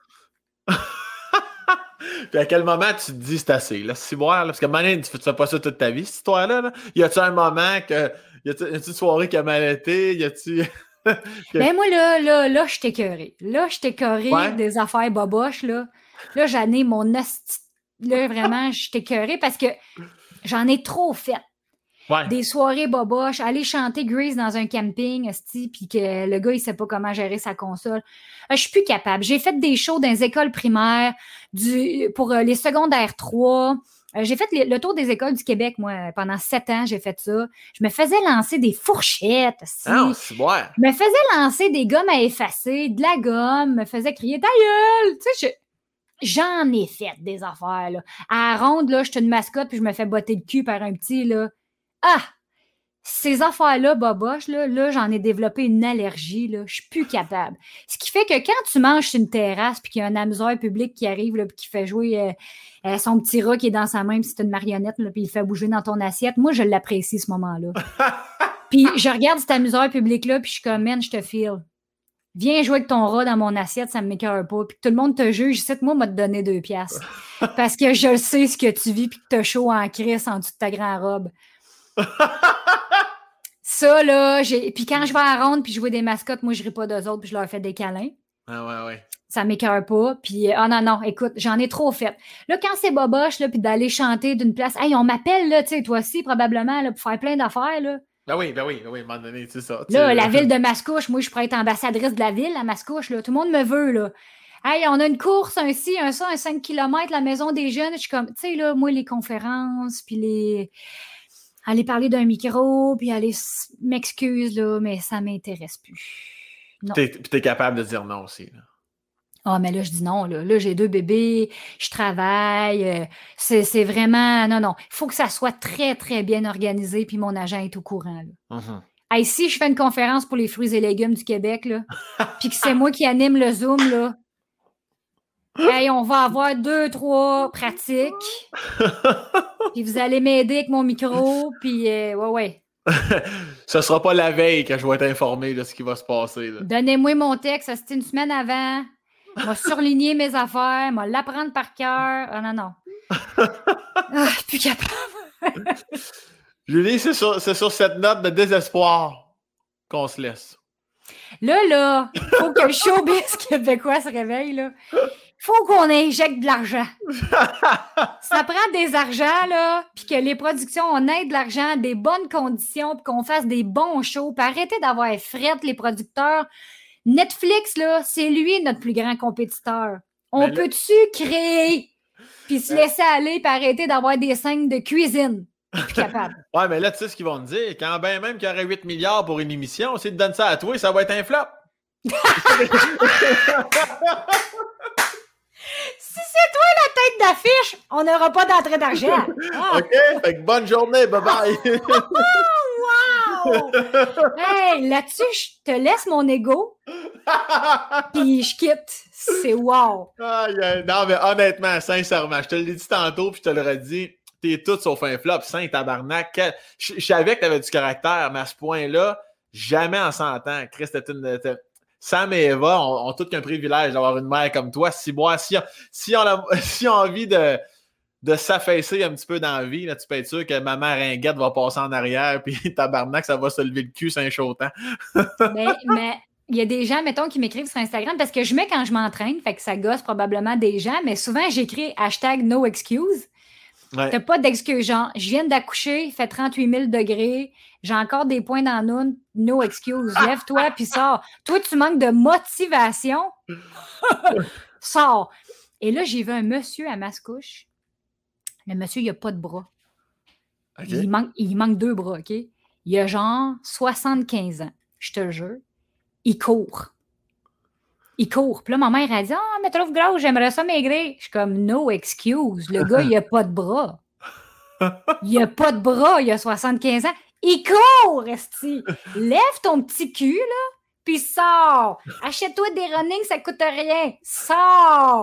Puis à quel moment tu te dis c'est assez, là, c'est boire, là? Parce que maintenant, tu fais pas ça toute ta vie, cette histoire-là, là? Y a-tu un moment que. Y a-tu une soirée qui a mal été? Y a-tu. que... Ben, moi, là, là, là, je t'écœurée. Là, je t'écœurée ouais. des affaires boboches, là. Là, j'en ai mon asti. Là, vraiment, je t'écœurée parce que j'en ai trop fait. Ouais. Des soirées boboches, aller chanter Grease dans un camping, asti, puis que le gars, il sait pas comment gérer sa console. Je suis plus capable. J'ai fait des shows dans les écoles primaires, du, pour euh, les secondaires trois. Euh, j'ai fait le, le tour des écoles du Québec, moi, pendant sept ans, j'ai fait ça. Je me faisais lancer des fourchettes, asti. Ah, c'est bon. Je me faisais lancer des gommes à effacer, de la gomme, me faisais crier « ta gueule! » Tu sais, je... j'en ai fait des affaires, là. À la ronde, là, je suis une mascotte, puis je me fais botter le cul par un petit, là. Ah! Ces affaires-là, boboche, là, là, j'en ai développé une allergie, là. Je suis plus capable. Ce qui fait que quand tu manges sur une terrasse puis qu'il y a un amuseur public qui arrive, là, puis qui fait jouer euh, euh, son petit rat qui est dans sa main, puis c'est une marionnette, là, puis il fait bouger dans ton assiette, moi, je l'apprécie, ce moment-là. Puis je regarde cet amuseur public-là, puis je suis comme, man, je te file. Viens jouer avec ton rat dans mon assiette, ça me m'écoeure pas. Puis que tout le monde te juge, c'est moi, m'a te donné deux piastres. Parce que je sais ce que tu vis puis que t'as chaud en crise en dessous de ta grande robe. Ça, là, j'ai. Puis quand je vais à la ronde puis jouer des mascottes, moi, je ris pas d'eux autres puis je leur fais des câlins. Ah ouais, ouais. Ça m'écoeure pas. Puis, ah oh non, non, écoute, j'en ai trop fait. Là, quand c'est boboche, là, puis d'aller chanter d'une place, hey, on m'appelle, là, tu sais, toi aussi, probablement, là, pour faire plein d'affaires, là. Ben oui, ben oui, ben oui, à un moment donné, c'est ça. Là, sais, la ville de Mascouche, moi, je pourrais être ambassadrice de la ville à Mascouche, là. Tout le monde me veut, là. Hey, on a une course, un ci, un ça, un cinq kilomètres, la maison des jeunes. Je suis comme, tu sais, là, moi, les conférences, puis les. Aller parler d'un micro, puis aller m'excuse, là, mais ça m'intéresse plus. Non. Puis t'es, t'es capable de dire non aussi, là. Ah, mais là, je dis non, là. Là, j'ai deux bébés, je travaille. Euh, c'est, c'est vraiment... Non, non. Il faut que ça soit très, très bien organisé, puis mon agent est au courant, là. Mm-hmm. Hey, si je fais une conférence pour les fruits et légumes du Québec, là, puis que c'est moi qui anime le Zoom, là, hey, on va avoir deux, trois pratiques. Puis vous allez m'aider avec mon micro, puis euh, ouais, ouais. Ce sera pas la veille que je vais être informé de ce qui va se passer, là. Donnez-moi mon texte, ça c'était une semaine avant. M'a surligner mes affaires, m'a l'apprendre par cœur. Ah non, non. Ah, plus capable. Julie, c'est sur, c'est sur cette note de désespoir qu'on se laisse. Là, là, faut que le showbiz québécois se réveille, là. Faut qu'on injecte de l'argent. Ça prend des argents, là, puis que les productions, on ait de l'argent, des bonnes conditions, puis qu'on fasse des bons shows, puis arrêter d'avoir fret les producteurs. Netflix, là, c'est lui notre plus grand compétiteur. On ben peut-tu là... créer, puis se laisser aller, puis arrêter d'avoir des scènes de cuisine? Plus capable. Ouais, mais là, tu sais ce qu'ils vont te dire. Quand ben même qu'il y aurait huit milliards pour une émission, si tu donnes ça à toi, ça va être un flop. Si c'est toi la tête d'affiche, on n'aura pas d'entrée d'argent. Ah. OK, fait que bonne journée, bye-bye. Oh, wow! Hey, là-dessus, je te laisse mon ego, puis je quitte. C'est wow! Ah, non, mais honnêtement, sincèrement, je te l'ai dit tantôt, puis je te l'aurais dit, t'es tout sauf un flop, saint tabarnak. Je, je savais que t'avais du caractère, mais à ce point-là, jamais en cent ans. Chris, t'es une... T'es... Sam et Eva ont, ont tout qu'un privilège d'avoir une mère comme toi. Si, moi, si, si, on, a, si on a envie de, de s'affaisser un petit peu dans la vie, là, tu peux être sûr que ma mère ringuette va passer en arrière, puis tabarnak, ça va se lever le cul, c'est un chaud temps. mais, mais il y a des gens, mettons, qui m'écrivent sur Instagram, parce que je mets quand je m'entraîne, fait que ça gosse probablement des gens, mais souvent, j'écris hashtag no excuse. Ouais. T'as pas d'excuse, genre, je viens d'accoucher, il fait trente-huit mille degrés, j'ai encore des points dans nous, no excuse, lève-toi puis sors. Toi, tu manques de motivation, sors. Et là, j'ai vu un monsieur à Mascouche. Le monsieur, il n'a pas de bras. Okay. Il, manque, il manque deux bras, OK? Il a genre soixante-quinze ans, je te le jure. Il court. Il court. Puis là, ma mère a dit « Ah, oh, mais trouve gros, j'aimerais ça maigrir. » Je suis comme « No excuse. Le gars, il a pas de bras. Il a pas de bras, il a soixante-quinze ans. Il court, esti. Lève ton petit cul, là, puis sors. Achète-toi des running, ça coûte rien. Sors. »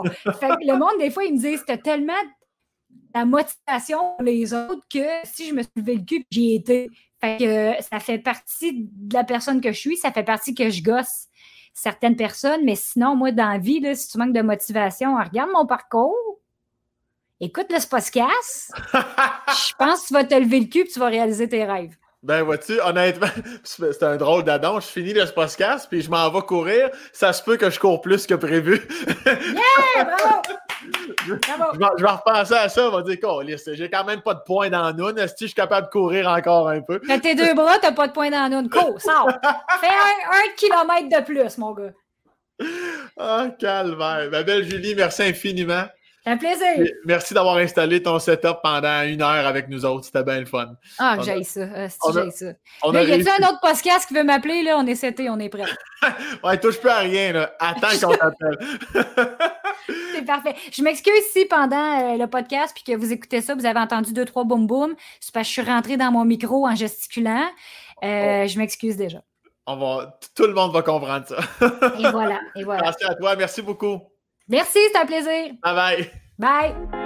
Fait que le monde, des fois, ils me disent « T'as tellement la motivation pour les autres que si je me suis levé le cul, j'y étais. » Fait que ça fait partie de la personne que je suis, ça fait partie que je gosse certaines personnes, mais sinon, moi, dans la vie, là, si tu manques de motivation, regarde mon parcours, écoute le podcast, je pense que tu vas te lever le cul et tu vas réaliser tes rêves. Ben, vois-tu, honnêtement, c'est un drôle d'adon. Je finis le podcast, puis je m'en vais courir. Ça se peut que je cours plus que prévu. Yeah! Bravo! je, bravo. Je, vais, je vais repenser à ça. On va dire, oh, j'ai quand même pas de points dans la noune. Est-ce que je suis capable de courir encore un peu? T'as tes deux bras, t'as pas de points dans la noune. Cours, sors! Fais un, un kilomètre de plus, mon gars. Ah, oh, calvaire. Ma belle Julie, merci infiniment. C'est un plaisir. Merci d'avoir installé ton setup pendant une heure avec nous autres. C'était bien le fun. Ah, on j'ai a... ça. Euh, si j'ai ça. On là, y a-t-il un autre podcast qui veut m'appeler? Là, on est seté, on est prêt. Ouais, touche plus à rien. Là. Attends qu'on t'appelle. C'est parfait. Je m'excuse si pendant euh, le podcast puis que vous écoutez ça, vous avez entendu deux, trois boum boum. C'est parce que je suis rentrée dans mon micro en gesticulant. Euh, oh. Je m'excuse déjà. On va... Tout le monde va comprendre ça. Et voilà. Et voilà. Merci à toi. Merci beaucoup. Merci, c'est un plaisir. Bye bye. Bye.